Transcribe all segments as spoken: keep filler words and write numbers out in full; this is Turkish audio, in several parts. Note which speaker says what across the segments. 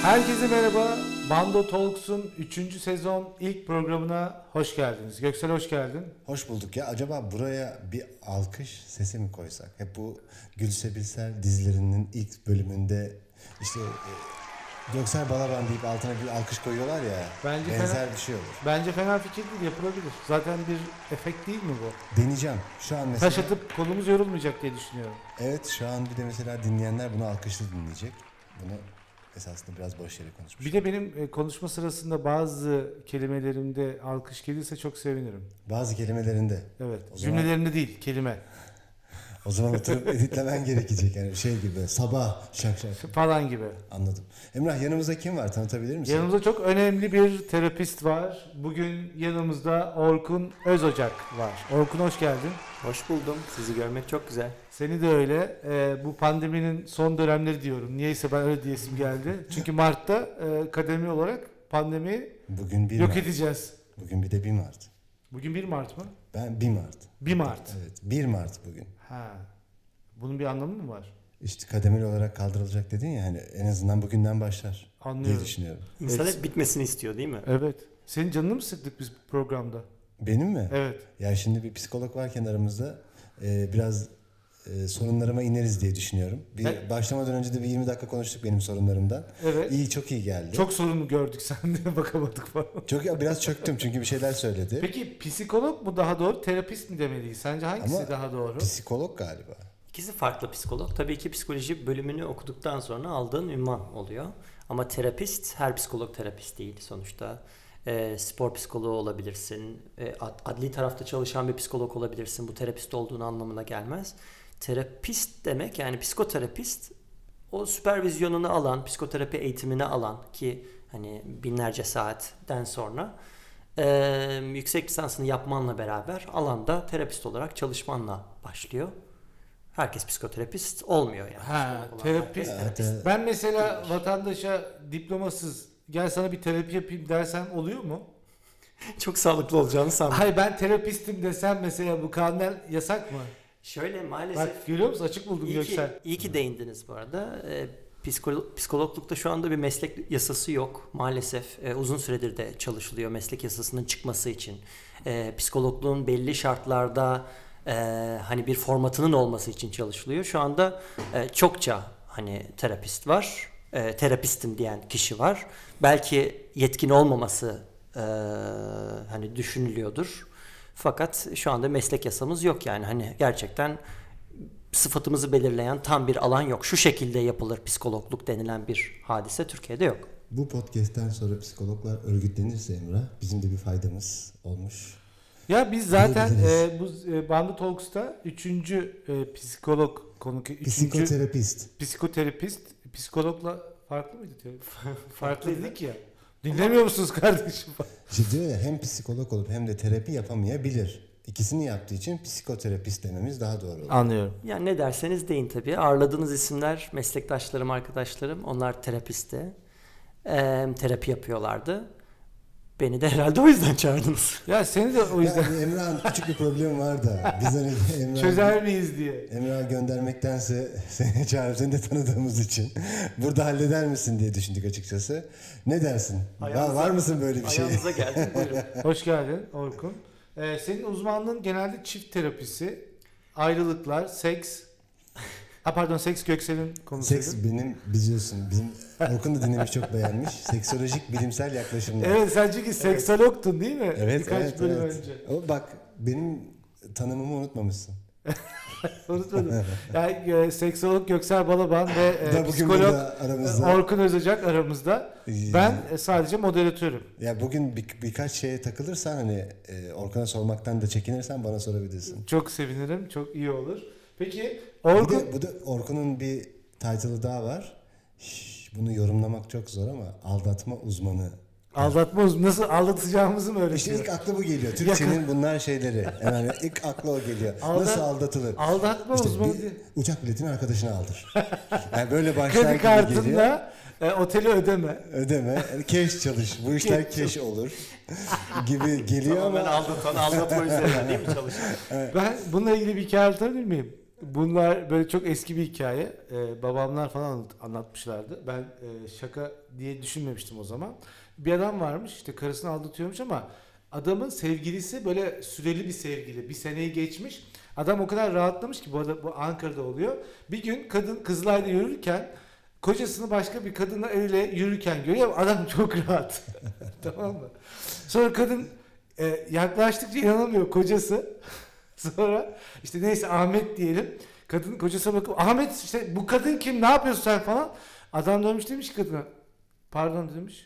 Speaker 1: Herkese merhaba. Bando Talks'un üçüncü sezon ilk programına hoş geldiniz. Göksel hoş geldin.
Speaker 2: Hoş bulduk ya. Acaba buraya bir alkış sesi mi koysak? Hep bu Gülse Birsel dizilerinin ilk bölümünde işte e, Göksel Balaban deyip altına bir alkış koyuyorlar ya.
Speaker 1: Bence
Speaker 2: benzer
Speaker 1: fena,
Speaker 2: bir şey olur.
Speaker 1: Bence fena fikir değil, yapılabilir. Zaten bir efekt değil mi bu?
Speaker 2: Deneyeceğim. Şu an mesela...
Speaker 1: Taş atıp kolumuz yorulmayacak diye düşünüyorum.
Speaker 2: Evet, şu an bir de mesela dinleyenler bunu alkışlı dinleyecek. Bunu esasında biraz boş yere konuşmuş.
Speaker 1: Bir de benim konuşma sırasında bazı kelimelerimde alkış gelirse çok sevinirim.
Speaker 2: Bazı kelimelerinde.
Speaker 1: Evet.
Speaker 2: O
Speaker 1: Cümlelerinde
Speaker 2: zaman...
Speaker 1: değil, kelime.
Speaker 2: O zaman oturup editlemen gerekecek yani şey gibi sabah şak şak
Speaker 1: falan gibi.
Speaker 2: Anladım. Emrah, yanımızda kim var, tanıtabilir misin?
Speaker 1: Yanımızda çok önemli bir terapist var. Bugün yanımızda Orkun Özocak var. Orkun hoş geldin.
Speaker 3: Hoş buldum. Sizi görmek çok güzel.
Speaker 1: Seni de öyle. Ee, bu pandeminin son dönemleri diyorum. Niyeyse ben öyle diyesim geldi. Çünkü Mart'ta e, kademi olarak pandemiyi
Speaker 2: Bugün bir
Speaker 1: yok
Speaker 2: Mart.
Speaker 1: edeceğiz.
Speaker 2: Bugün bir de bir Mart.
Speaker 1: Bugün bir Mart mı?
Speaker 2: Ben bir Mart.
Speaker 1: bir Mart.
Speaker 2: Evet, bir Mart bugün.
Speaker 1: Ha. Bunun bir anlamı mı var?
Speaker 2: İşte kademeli olarak kaldırılacak dedin ya, hani en azından bugünden başlar
Speaker 1: Anlıyorum.
Speaker 2: diye düşünüyorum.
Speaker 3: İnsan
Speaker 1: Evet.
Speaker 3: hep bitmesini istiyor değil mi?
Speaker 1: Evet. Senin canını mı sıktık biz bu programda?
Speaker 2: Benim mi?
Speaker 1: Evet.
Speaker 2: Ya şimdi bir psikolog varken aramızda e, biraz e, sorunlarıma ineriz diye düşünüyorum. Bir
Speaker 1: Evet.
Speaker 2: Başlamadan önce de bir yirmi dakika konuştuk benim sorunlarımdan.
Speaker 1: Evet.
Speaker 2: İyi, çok iyi geldi.
Speaker 1: Çok sorun gördük sende bakamadık falan.
Speaker 2: Çok ya, biraz çöktüm çünkü bir şeyler söyledi.
Speaker 1: Peki psikolog mu daha doğru, terapist mi demeliyiz? Sence hangisi
Speaker 2: Ama
Speaker 1: daha doğru?
Speaker 2: psikolog galiba.
Speaker 3: İkisi farklı psikolog. Tabii ki psikoloji bölümünü okuduktan sonra aldığın ünvan oluyor. Ama terapist, her psikolog terapist değil sonuçta. E, spor psikoloğu olabilirsin. E, adli tarafta çalışan bir psikolog olabilirsin. Bu terapist olduğunu anlamına gelmez. Terapist demek, yani psikoterapist, o süpervizyonunu alan, psikoterapi eğitimini alan ki hani binlerce saatten sonra e, yüksek lisansını yapmanla beraber alanda terapist olarak çalışmanla başlıyor. Herkes psikoterapist olmuyor yani.
Speaker 1: Ha,
Speaker 3: Olan
Speaker 1: terapist.
Speaker 3: herkes terapist.
Speaker 1: Ben mesela vatandaşa diplomasız gel sana bir terapi yapayım dersem oluyor mu?
Speaker 3: Çok sağlıklı olacağını sanmıyorum.
Speaker 1: Hayır, ben terapistim desem mesela bu kanunen yasak mı?
Speaker 3: Şöyle maalesef.
Speaker 1: Bak görüyor musun, açık buldum
Speaker 3: iyi ki,
Speaker 1: Göksel.
Speaker 3: iyi ki değindiniz bu arada. Ee, psikolo- psikologlukta şu anda bir meslek yasası yok. Maalesef e, uzun süredir de çalışılıyor meslek yasasının çıkması için. E, psikologluğun belli şartlarda e, hani bir formatının olması için çalışılıyor. Şu anda e, çokça hani terapist var. E, terapistim diyen kişi var. Belki yetkin olmaması e, hani düşünülüyordur. Fakat şu anda meslek yasamız yok, yani hani gerçekten sıfatımızı belirleyen tam bir alan yok. Şu şekilde yapılır psikologluk denilen bir hadise Türkiye'de yok.
Speaker 2: Bu podcast'ten sonra psikologlar örgütlenirse Emrah, bizim de bir faydamız olmuş.
Speaker 1: Ya biz zaten
Speaker 2: Diyebiliriz.
Speaker 1: e, bu e, Bando Talks'ta üçüncü e, psikolog konuk, üçüncü
Speaker 2: Psikoterapist.
Speaker 1: psikoterapist, psikologla farklı mıydı? Farklı dedik ya. Dinlemiyor musunuz kardeşim?
Speaker 2: İşte diyor ya, hem psikolog olup hem de terapi yapamayabilir. İkisini yaptığı için psikoterapist dememiz daha doğru olur.
Speaker 1: Anlıyorum.
Speaker 3: Yani ne derseniz deyin tabii. Ağırladığınız isimler, meslektaşlarım, arkadaşlarım, onlar terapiste. Ee, terapi yapıyorlardı. Beni de herhalde o yüzden çağırdınız.
Speaker 1: Ya seni de o yüzden
Speaker 2: Yani Emrah'ın küçük bir problemi var da biz hani Emrah,
Speaker 1: çözer miyiz diye.
Speaker 2: Emrah'ı göndermektense seni çağırıp seni de tanıdığımız için burada halleder misin diye düşündük açıkçası. Ne dersin?
Speaker 3: Ayağınıza-
Speaker 2: var, var mısın böyle bir şey?
Speaker 3: Ayağınıza geldim, buyurun.
Speaker 1: Hoş geldin Orkun. Ee, senin uzmanlığın genelde çift terapisi, ayrılıklar, seks. Ha pardon, seks Göksel'in konusuydu.
Speaker 2: Seks benim, biliyorsun, bizim Orkun da dinlemiş, çok beğenmiş. Seksolojik bilimsel yaklaşımlar.
Speaker 1: Evet, sen çünkü seksologtun değil mi?
Speaker 2: Evet,
Speaker 1: Birkaç
Speaker 2: evet,
Speaker 1: bölüm
Speaker 2: evet.
Speaker 1: önce.
Speaker 2: O bak, benim tanımımı unutmamışsın.
Speaker 1: Unutmadım. Yani e, seksolog Göksel Balaban ve e,
Speaker 2: Da bugün
Speaker 1: psikolog
Speaker 2: burada aramızda.
Speaker 1: Orkun Özocak aramızda. Ben e, sadece moderatörüm.
Speaker 2: Ya bugün bir, birkaç şeye takılırsan, hani e, Orkun'a sormaktan da çekinirsen bana sorabilirsin.
Speaker 1: Çok sevinirim. Çok iyi olur. Peki
Speaker 2: Bir
Speaker 1: Orkun...
Speaker 2: de, bu da Orkun'un bir title'ı daha var. Şş, bunu yorumlamak çok zor ama aldatma uzmanı.
Speaker 1: Aldatma uzmanı. Nasıl aldatacağımızı mı
Speaker 2: İşte
Speaker 1: öğretiyor?
Speaker 2: ilk aklı bu geliyor. Türkçenin bunlar şeyleri. Yani ilk aklı o geliyor.
Speaker 1: Aldat-
Speaker 2: Nasıl aldatılır?
Speaker 1: Aldatma
Speaker 2: İşte
Speaker 1: uzmanı
Speaker 2: bir
Speaker 1: diye.
Speaker 2: uçak biletini arkadaşına aldır. Yani böyle başlar
Speaker 1: Kredi
Speaker 2: gibi geliyor.
Speaker 1: kartında e, oteli ödeme.
Speaker 2: Ödeme. Yani cash çalış. Bu işler
Speaker 1: Cash
Speaker 2: cash olur. gibi geliyor
Speaker 3: Tamamen
Speaker 2: ama
Speaker 3: aldatan, aldatma üzerine değil mi çalışan?
Speaker 1: Ben bununla ilgili bir hikaye anlatabilir miyim? Bunlar böyle çok eski bir hikaye. Ee, babamlar falan anlat- anlatmışlardı. Ben e, şaka diye düşünmemiştim o zaman. Bir adam varmış, işte karısını aldatıyormuş ama adamın sevgilisi böyle süreli bir sevgili. Bir seneyi geçmiş. Adam o kadar rahatlamış ki, bu arada bu Ankara'da oluyor. Bir gün kadın Kızılay'da yürürken kocasını başka bir kadınla el ele yürürken görüyor. Adam çok rahat. Tamam mı? Sonra kadın e, yaklaştıkça inanamıyor kocası. Sonra işte neyse Ahmet diyelim. Kadın kocasına bakıp Ahmet işte bu kadın kim, ne yapıyorsun sen falan. Adam dönmüş demiş ki kadına, pardon demiş.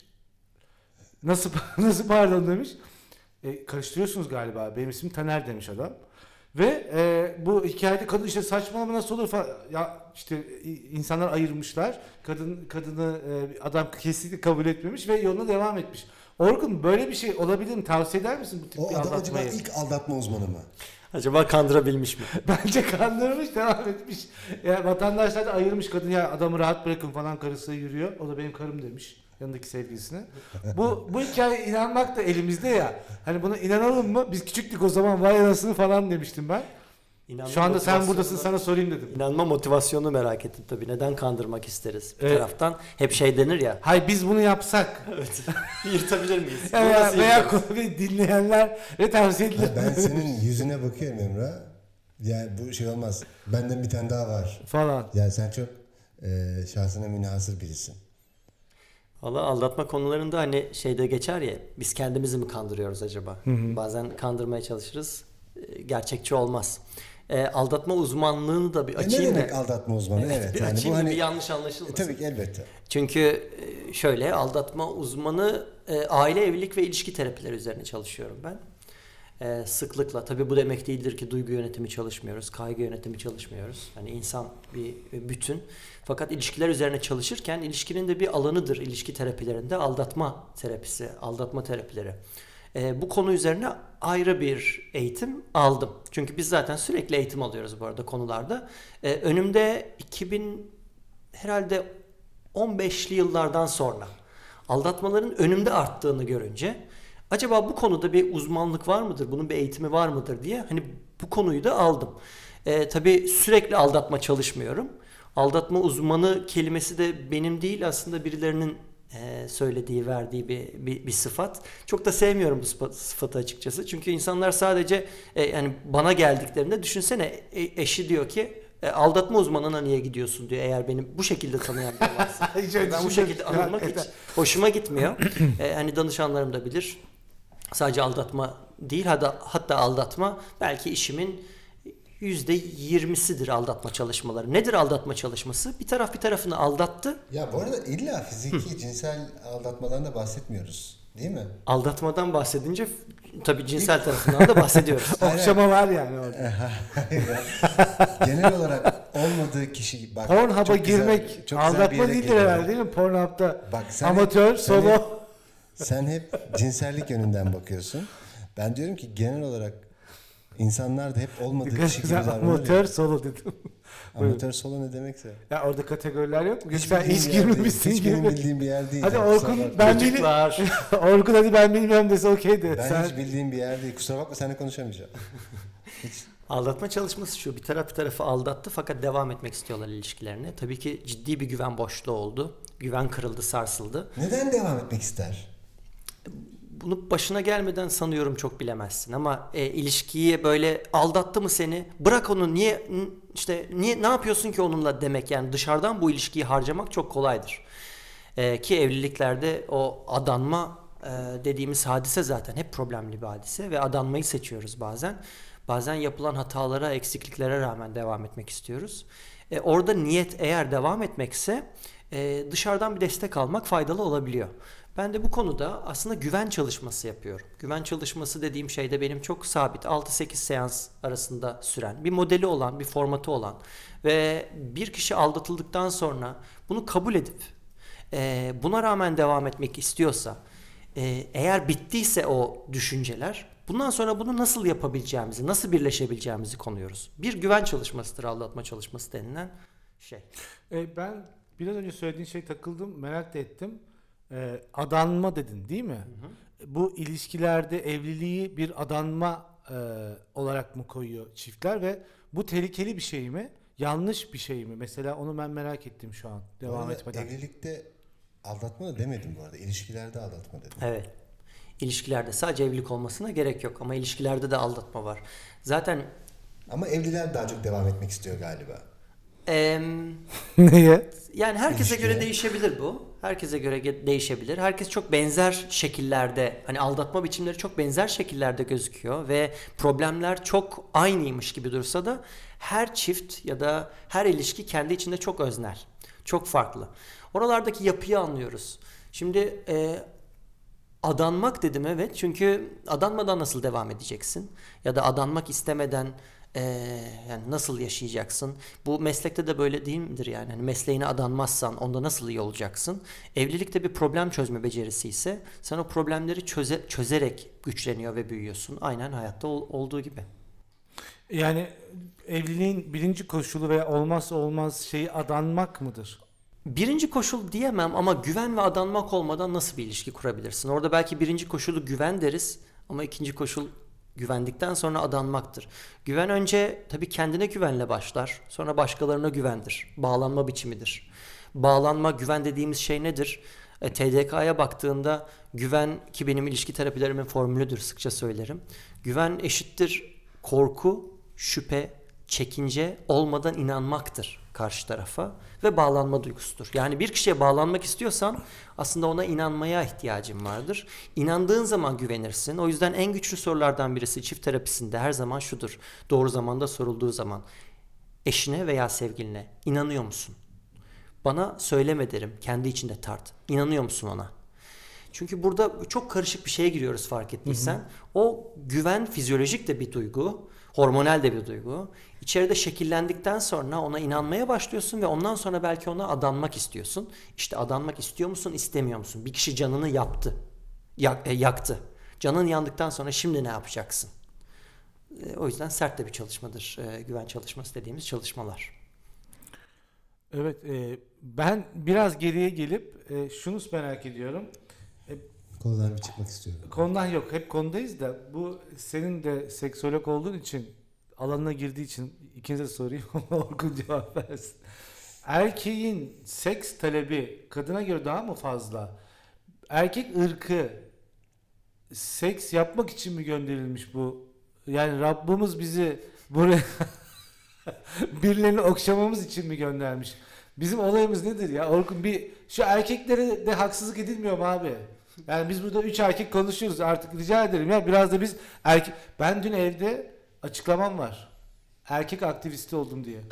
Speaker 1: Nasıl nasıl pardon demiş. E, karıştırıyorsunuz galiba, benim ismim Taner demiş adam. Ve e, bu hikayede kadın işte saçmalama nasıl olur falan. Ya işte insanlar ayırmışlar. Kadın kadını e, adam kesinlikle kabul etmemiş ve yoluna devam etmiş. Orkun, böyle bir şey olabilir mi? Tavsiye eder misin bu tip
Speaker 2: O
Speaker 1: bir
Speaker 2: adam acaba
Speaker 1: aldatmayı?
Speaker 2: ilk aldatma uzmanı mı?
Speaker 3: Acaba kandırabilmiş mi?
Speaker 1: Bence kandırmış, devam etmiş. Yani vatandaşlar da ayırmış, kadın ya adamı rahat bırakın falan, karısı yürüyor. O da benim karım demiş yanındaki sevgilisine. Bu bu hikaye inanmak da elimizde ya. Hani buna inanalım mı? Biz küçüktük o zaman, vay anasını falan demiştim ben.
Speaker 3: İnanma
Speaker 1: Şu anda sen
Speaker 3: motivasyonu-
Speaker 1: buradasın, sana sorayım dedim.
Speaker 3: İnanma motivasyonunu merak ettim tabii. Neden kandırmak isteriz? Bir
Speaker 1: Evet.
Speaker 3: taraftan hep şey denir ya.
Speaker 1: Hay biz bunu yapsak.
Speaker 3: Evet. Yırtabilir miyiz? Bunu
Speaker 1: veya
Speaker 3: nasıl
Speaker 1: veya
Speaker 3: yırtarız?
Speaker 1: dinleyenler ve tavsiye
Speaker 2: Ha,
Speaker 1: edilir.
Speaker 2: ben senin yüzüne bakıyorum Emrah. Yani bu şey olmaz. Benden bir tane daha var.
Speaker 1: falan.
Speaker 2: Yani sen çok e, şahsına münhasır birisin.
Speaker 3: Valla aldatma konularında hani şeyde geçer ya, biz kendimizi mi kandırıyoruz acaba? Bazen kandırmaya çalışırız. e, Gerçekçi olmaz. E, aldatma uzmanlığını da bir
Speaker 2: E, ne
Speaker 3: açayım
Speaker 2: demek
Speaker 3: da.
Speaker 2: aldatma uzmanı? Evet.
Speaker 3: bir
Speaker 2: yani
Speaker 3: açayım
Speaker 2: bu
Speaker 3: da
Speaker 2: hani
Speaker 3: bir yanlış
Speaker 2: e,
Speaker 3: anlaşılmasın.
Speaker 2: tabii ki elbette.
Speaker 3: Çünkü e, şöyle, aldatma uzmanı e, aile, evlilik ve ilişki terapileri üzerine çalışıyorum ben. E, sıklıkla. Tabii bu demek değildir ki duygu yönetimi çalışmıyoruz, kaygı yönetimi çalışmıyoruz. Hani insan bir bütün. Fakat ilişkiler üzerine çalışırken ilişkinin de bir alanıdır ilişki terapilerinde aldatma terapisi, aldatma terapileri. E, bu konu üzerine ayrı bir eğitim aldım. Çünkü biz zaten sürekli eğitim alıyoruz bu arada konularda. E, önümde iki bin herhalde on beşli yıllardan sonra aldatmaların önümde arttığını görünce acaba bu konuda bir uzmanlık var mıdır, bunun bir eğitimi var mıdır diye hani bu konuyu da aldım. Ee, tabii sürekli aldatma çalışmıyorum. Aldatma uzmanı kelimesi de benim değil, aslında birilerinin e, söylediği, verdiği bir, bir, bir sıfat. Çok da sevmiyorum bu sıfat- sıfatı açıkçası. Çünkü insanlar sadece e, yani bana geldiklerinde düşünsene, e, eşi diyor ki e, aldatma uzmanına niye gidiyorsun diyor, eğer benim bu şekilde tanıyan biri varsa.
Speaker 1: Hiç öyle
Speaker 3: Ben bu
Speaker 1: düşünmedim.
Speaker 3: şekilde anılmak hiç
Speaker 1: Hakikaten.
Speaker 3: hoşuma gitmiyor. e, hani danışanlarım da bilir. Sadece aldatma değil, hatta, hatta aldatma belki işimin yüzde yirmisidir aldatma çalışmaları. Nedir aldatma çalışması? Bir taraf bir tarafını aldattı.
Speaker 2: Ya bu arada illa fiziki cinsel aldatmadan da bahsetmiyoruz. Değil mi?
Speaker 3: Aldatmadan bahsedince tabii cinsel tarafından da bahsediyoruz.
Speaker 1: Okşama var yani orada.
Speaker 2: Genel olarak olmadığı kişi bak.
Speaker 1: Pornhub'a
Speaker 2: çok güzel-
Speaker 1: girmek
Speaker 2: çok güzel bir
Speaker 1: aldatma
Speaker 2: yere
Speaker 1: değildir
Speaker 2: geliyor.
Speaker 1: herhalde, değil mi? Pornhub'da
Speaker 2: Bak sen
Speaker 1: amatör,
Speaker 2: hep- sen
Speaker 1: solo.
Speaker 2: hep- Sen hep cinsellik yönünden bakıyorsun. Ben diyorum ki genel olarak insanlar da hep olmadığı
Speaker 1: Dikkat
Speaker 2: kişi gibi
Speaker 1: et,
Speaker 2: davranır.
Speaker 1: amatör,
Speaker 2: ya.
Speaker 1: solo dedim.
Speaker 2: Amatör solo ne demekse.
Speaker 1: Ya orada kategoriler yok mu? Hiç, sen
Speaker 2: bildiğim
Speaker 1: hiç
Speaker 2: bir yer değil.
Speaker 1: girmemişsin
Speaker 2: Hiç benim
Speaker 1: gibi.
Speaker 2: bildiğim bir yer değil.
Speaker 1: Hadi
Speaker 2: Yani,
Speaker 1: Orkun,
Speaker 2: kusura bakma.
Speaker 1: ben bili-
Speaker 3: Çocuklar.
Speaker 1: Orkun hadi ben bilmiyorum dese okey de.
Speaker 2: Ben
Speaker 1: Sen...
Speaker 2: hiç bildiğim bir yer değil. Kusura bakma, seninle konuşamayacağım.
Speaker 3: Aldatma çalışması şu: bir taraf bir tarafı aldattı fakat devam etmek istiyorlar ilişkilerine. Tabii ki ciddi bir güven boşluğu oldu. Güven kırıldı, sarsıldı.
Speaker 2: Neden devam etmek ister?
Speaker 3: Bunu başına gelmeden sanıyorum çok bilemezsin ama e, ilişkiyi böyle aldattı mı seni, bırak onu, niye n- işte niye ne yapıyorsun ki onunla demek, yani dışarıdan bu ilişkiyi harcamak çok kolaydır. E, ki evliliklerde o adanma e, dediğimiz hadise zaten hep problemli bir hadise ve adanmayı seçiyoruz bazen. Bazen yapılan hatalara, eksikliklere rağmen devam etmek istiyoruz. E, orada niyet eğer devam etmekse e, dışarıdan bir destek almak faydalı olabiliyor. Ben de bu konuda aslında güven çalışması yapıyorum. Güven çalışması dediğim şey de benim çok sabit altı sekiz seans arasında süren, bir modeli olan, bir formatı olan ve bir kişi aldatıldıktan sonra bunu kabul edip e, buna rağmen devam etmek istiyorsa, e, eğer bittiyse o düşünceler, bundan sonra bunu nasıl yapabileceğimizi, nasıl birleşebileceğimizi konuyoruz. Bir güven çalışmasıdır aldatma çalışması denilen şey.
Speaker 1: E, ben biraz önce söylediğin şey takıldım, merak da ettim. E, adanma dedin değil mi? Hı hı. Bu ilişkilerde evliliği bir adanma e, olarak mı koyuyor çiftler ve Bu tehlikeli bir şey mi? Yanlış bir şey mi? Mesela onu ben merak ettim şu an.
Speaker 2: Bu
Speaker 1: Devam
Speaker 2: arada
Speaker 1: etmeden.
Speaker 2: evlilikte aldatma da demedim bu arada. İlişkilerde aldatma dedim.
Speaker 3: Evet. İlişkilerde sadece evlilik olmasına gerek yok ama ilişkilerde de aldatma var. Zaten
Speaker 2: Ama evliler daha çok devam etmek istiyor galiba.
Speaker 3: em,
Speaker 1: Neye?
Speaker 3: yani herkese
Speaker 2: İlişkiye.
Speaker 3: göre değişebilir bu. Herkese göre ge- değişebilir. Herkes çok benzer şekillerde, hani aldatma biçimleri çok benzer şekillerde gözüküyor ve problemler çok aynıymış gibi dursa da her çift ya da her ilişki kendi içinde çok öznel, çok farklı. Oralardaki yapıyı anlıyoruz. Şimdi e, adanmak dedim, evet, çünkü adanmadan nasıl devam edeceksin? Ya da adanmak istemeden eee, yani nasıl yaşayacaksın? Bu meslekte de böyle değil midir yani? Hani mesleğine adanmazsan onda nasıl iyi olacaksın? Evlilikte bir problem çözme becerisi ise sen o problemleri çöze, çözerek güçleniyor ve büyüyorsun. Aynen hayatta ol- olduğu gibi.
Speaker 1: Yani evliliğin birinci koşulu veya olmazsa olmaz şeyi adanmak mıdır?
Speaker 3: Birinci koşul diyemem ama güven ve adanmak olmadan nasıl bir ilişki kurabilirsin? Orada belki birinci koşulu güven deriz ama ikinci koşul güvendikten sonra adanmaktır. Güven önce tabii kendine güvenle başlar. Sonra başkalarına güvendir. Bağlanma biçimidir. Bağlanma, güven dediğimiz şey nedir? E, T D K'ya baktığında güven, ki benim ilişki terapilerimin formülüdür, sıkça söylerim. Güven eşittir korku, şüphe, çekince olmadan inanmaktır karşı tarafa ve bağlanma duygusudur. Yani bir kişiye bağlanmak istiyorsan aslında ona inanmaya ihtiyacın vardır. İnandığın zaman güvenirsin. O yüzden en güçlü sorulardan birisi çift terapisinde her zaman şudur. Doğru zamanda sorulduğu zaman. Eşine veya sevgiline inanıyor musun? Bana söyleme derim. Kendi içinde tart. İnanıyor musun ona? Çünkü burada çok karışık bir şeye giriyoruz, fark ettiysen. Hı hı. O güven fizyolojik de bir duygu, hormonal de bir duygu. İçeride şekillendikten sonra ona inanmaya başlıyorsun ve ondan sonra belki ona adanmak istiyorsun. İşte adanmak istiyor musun, istemiyor musun? Bir kişi canını yaptı, yak, e, yaktı. Canın yandıktan sonra şimdi ne yapacaksın? E, o yüzden sert de bir çalışmadır e, güven çalışması dediğimiz çalışmalar.
Speaker 1: Evet, e, ben biraz geriye gelip e, şunu merak ediyorum.
Speaker 2: Konudan bir çıkmak istiyorum.
Speaker 1: Konudan yok, hep konudayız da bu senin de seksolog olduğun için, alanına girdiği için ikinize sorayım ama Orkun cevap versin. Erkeğin seks talebi kadına göre daha mı fazla? Erkek ırkı seks yapmak için mi gönderilmiş bu? Yani Rabbimiz bizi buraya birilerini okşamamız için mi göndermiş? Bizim olayımız nedir ya? Orkun, bir şu erkeklere de haksızlık edilmiyor mu abi? Yani biz burada üç erkek konuşuyoruz, artık rica ederim ya biraz da biz erkek. Ben dün evde açıklamam var. Erkek aktivisti oldum diye.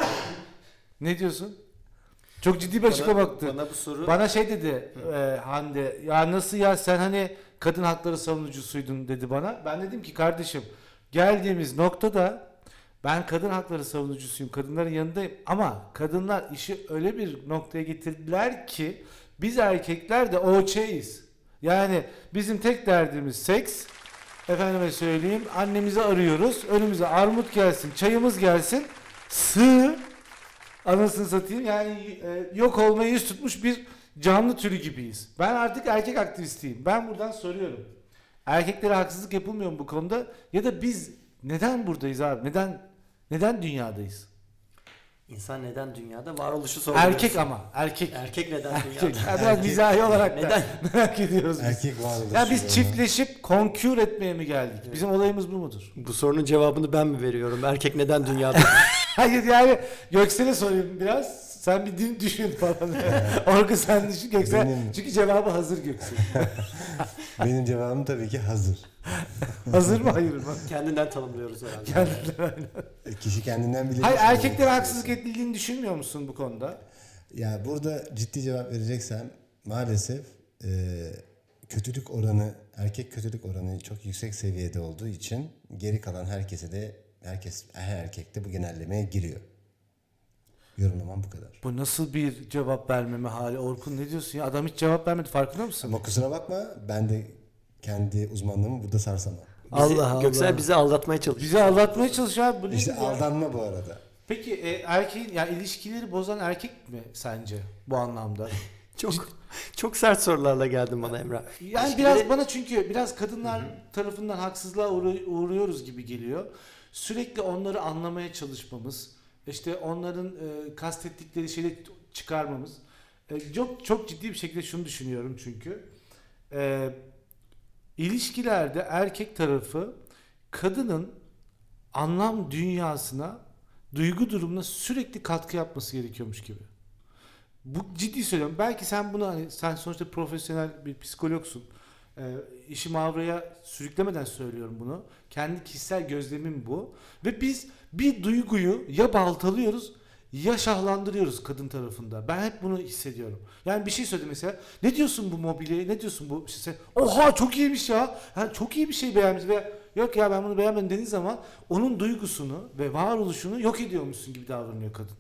Speaker 1: Ne diyorsun? Çok ciddi bir açıklama baktı.
Speaker 3: Bana bu soru...
Speaker 1: Bana şey dedi e, Hande, ya nasıl ya sen hani kadın hakları savunucusuydun dedi bana. Ben dedim ki kardeşim, geldiğimiz noktada ben kadın hakları savunucusuyum, kadınların yanındayım ama kadınlar işi öyle bir noktaya getirdiler ki biz erkekler de okey'iz. Yani bizim tek derdimiz seks. Efendime söyleyeyim, annemizi arıyoruz. Önümüze armut gelsin, çayımız gelsin. Sığ, anasını satayım. Yani e, yok olmaya yüz tutmuş bir canlı türü gibiyiz. Ben artık erkek aktivistiyim. Ben buradan soruyorum. Erkeklere haksızlık yapılmıyor mu bu konuda? Ya da biz neden buradayız abi? Neden neden dünyadayız?
Speaker 3: İnsan neden dünyada? Varoluşu soruyoruz.
Speaker 1: Erkek ama. Erkek.
Speaker 3: Erkek neden
Speaker 1: Erkek.
Speaker 3: dünyada?
Speaker 1: Yani biraz mizahi olarak da
Speaker 3: Neden?
Speaker 1: merak ediyoruz biz.
Speaker 2: Erkek varoluşu.
Speaker 1: Ya biz
Speaker 2: yani.
Speaker 1: çiftleşip konkür etmeye mi geldik? Bizim olayımız bu mudur?
Speaker 3: Bu sorunun cevabını ben mi veriyorum? Erkek neden dünyada?
Speaker 1: Hayır yani Göksel'e sorayım biraz. Sen bir din düşün falan. Orkun sen düşün Göksel.
Speaker 2: Benim-
Speaker 1: Çünkü cevabı hazır Göksel.
Speaker 2: Benim cevabım tabii ki hazır.
Speaker 1: Hazır mı hayır mı?
Speaker 3: Kendinden tanımlıyoruz herhalde.
Speaker 1: Kendileri.
Speaker 2: E, Kişi kendinden bilir.
Speaker 1: Hayır, erkeklere haksızlık edildiğini düşünmüyor musun bu konuda?
Speaker 2: Ya burada ciddi cevap vereceksem maalesef e, kötülük oranı, erkek kötülük oranı çok yüksek seviyede olduğu için geri kalan herkese de herkes her erkek de bu genellemeye giriyor. Yorumlamam bu kadar.
Speaker 1: Bu nasıl bir cevap vermeme hali? Orkun ne diyorsun ya? Adam hiç cevap vermedi, farkında mısın?
Speaker 2: Ama kusura bakma, ben de kendi uzmanlığımı burada sarsamam.
Speaker 3: Bizi,
Speaker 1: Allah Allah.
Speaker 3: Göksel bizi aldatmaya çalışıyor.
Speaker 1: Bizi aldatmaya çalışıyor abi. Bu ne
Speaker 2: İşte
Speaker 1: ya?
Speaker 2: aldanma bu arada.
Speaker 1: Peki e, erkeğin, yani ilişkileri bozan erkek mi sence bu anlamda?
Speaker 3: Çok çok sert sorularla geldin bana Emrah.
Speaker 1: Yani
Speaker 3: İlişkileri-
Speaker 1: biraz bana, çünkü biraz kadınlar tarafından haksızlığa uğra- uğruyoruz gibi geliyor. sürekli onları anlamaya çalışmamız, işte onların e, kastettikleri şeyleri çıkarmamız. E, çok çok ciddi bir şekilde şunu düşünüyorum çünkü. E, ilişkilerde erkek tarafı kadının anlam dünyasına, duygu durumuna sürekli katkı yapması gerekiyormuş gibi. Bu ciddi söylüyorum. Belki sen bunu hani sen sonuçta profesyonel bir psikologsun. Ee, işi mavraya sürüklemeden söylüyorum bunu. Kendi kişisel gözlemim bu. Ve biz bir duyguyu ya baltalıyoruz ya şahlandırıyoruz kadın tarafında. Ben hep bunu hissediyorum. Yani bir şey söyledi mesela. Ne diyorsun bu mobilyaya? Ne diyorsun bu işte? Oha çok iyiymiş ya. Ha, çok iyi bir şey beğenmiş ve yok ya ben bunu beğenmedim dediğin zaman onun duygusunu ve varoluşunu yok ediyormuşsun gibi davranıyor kadın.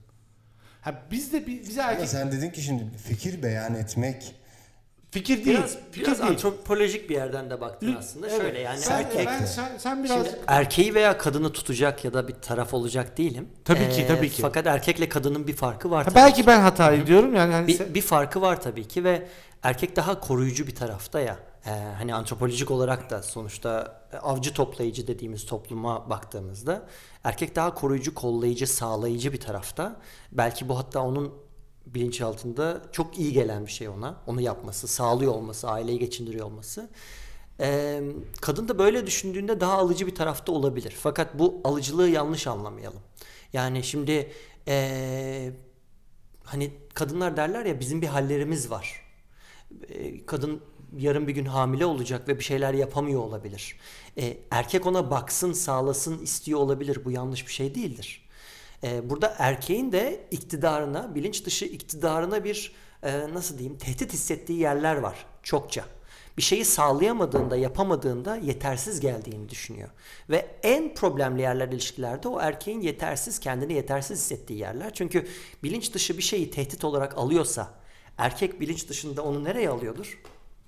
Speaker 1: Ha biz de bize
Speaker 2: Ama
Speaker 1: erkek
Speaker 2: sen dedin ki şimdi fikir beyan etmek
Speaker 1: fikir değil.
Speaker 3: Biraz,
Speaker 1: fikir
Speaker 3: biraz
Speaker 1: değil.
Speaker 3: antropolojik bir yerden de baktın
Speaker 1: Evet,
Speaker 3: aslında.
Speaker 1: evet.
Speaker 3: Şöyle yani
Speaker 1: sen,
Speaker 3: erkek.
Speaker 1: ben, sen, sen biraz
Speaker 3: Şimdi erkeği veya kadını tutacak ya da bir taraf olacak değilim.
Speaker 1: Tabii ki, tabii ki.
Speaker 3: Fakat erkekle kadının bir farkı var.
Speaker 1: ha,
Speaker 3: tabii
Speaker 1: belki
Speaker 3: ki.
Speaker 1: ben hata ediyorum yani hani
Speaker 3: bir,
Speaker 1: sen-
Speaker 3: bir farkı var tabii ki ve erkek daha koruyucu bir tarafta ya. Ee, hani antropolojik olarak da sonuçta avcı toplayıcı dediğimiz topluma baktığımızda erkek daha koruyucu, kollayıcı, sağlayıcı bir tarafta. Belki bu hatta onun bilinçaltında çok iyi gelen bir şey ona. Onu yapması, sağlıyor olması, aileyi geçindiriyor olması. Ee, kadın da böyle düşündüğünde daha alıcı bir tarafta olabilir. Fakat bu alıcılığı yanlış anlamayalım. Yani şimdi ee, hani kadınlar derler ya bizim bir hallerimiz var. Ee, kadın yarın bir gün hamile olacak ve bir şeyler yapamıyor olabilir. Ee, erkek ona baksın, sağlasın istiyor olabilir. Bu yanlış bir şey değildir. Ee, burada erkeğin de iktidarına, bilinç dışı iktidarına bir e, nasıl diyeyim tehdit hissettiği yerler var çokça. Bir şeyi sağlayamadığında, yapamadığında yetersiz geldiğini düşünüyor. Ve en problemli yerler ilişkilerde o erkeğin yetersiz, kendini yetersiz hissettiği yerler. Çünkü bilinç dışı bir şeyi tehdit olarak alıyorsa, erkek bilinç dışında onu nereye alıyordur?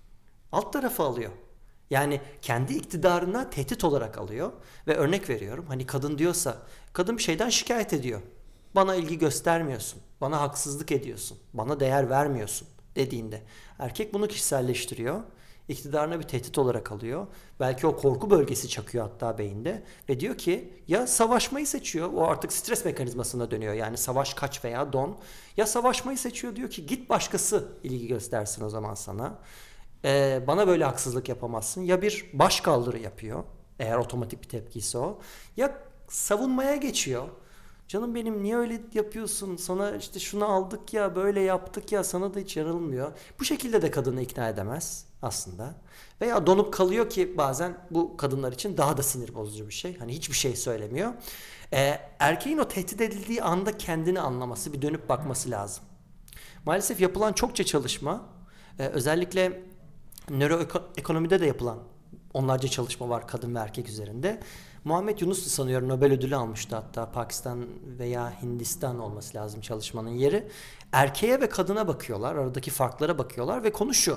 Speaker 3: Alt tarafa alıyor. Yani kendi iktidarına tehdit olarak alıyor ve örnek veriyorum. Hani kadın diyorsa, kadın bir şeyden şikayet ediyor. Bana ilgi göstermiyorsun, bana haksızlık ediyorsun, bana değer vermiyorsun dediğinde erkek bunu kişiselleştiriyor. İktidarına bir tehdit olarak alıyor. Belki o korku bölgesi çakıyor hatta beyinde ve diyor ki ya savaşmayı seçiyor. O artık stres mekanizmasına dönüyor. Yani savaş, kaç veya don. Ya savaşmayı seçiyor, diyor ki git başkası ilgi göstersin o zaman sana. Ee, bana böyle haksızlık yapamazsın. Ya bir başkaldırı yapıyor. Eğer otomatik bir tepkiyse o. Ya savunmaya geçiyor. Canım benim niye öyle yapıyorsun? Sana işte şunu aldık ya, böyle yaptık ya, sana da hiç yarılmıyor. Bu şekilde de kadını ikna edemez aslında. Veya donup kalıyor ki bazen bu kadınlar için daha da sinir bozucu bir şey. Hani hiçbir şey söylemiyor. Ee, erkeğin o tehdit edildiği anda kendini anlaması, bir dönüp bakması lazım. Maalesef yapılan çokça çalışma, e, özellikle nöroekonomide de yapılan onlarca çalışma var kadın ve erkek üzerinde. Muhammed Yunus'tu sanıyorum, Nobel ödülü almıştı hatta, Pakistan veya Hindistan olması lazım çalışmanın yeri. Erkeğe ve kadına bakıyorlar, aradaki farklara bakıyorlar ve konu şu.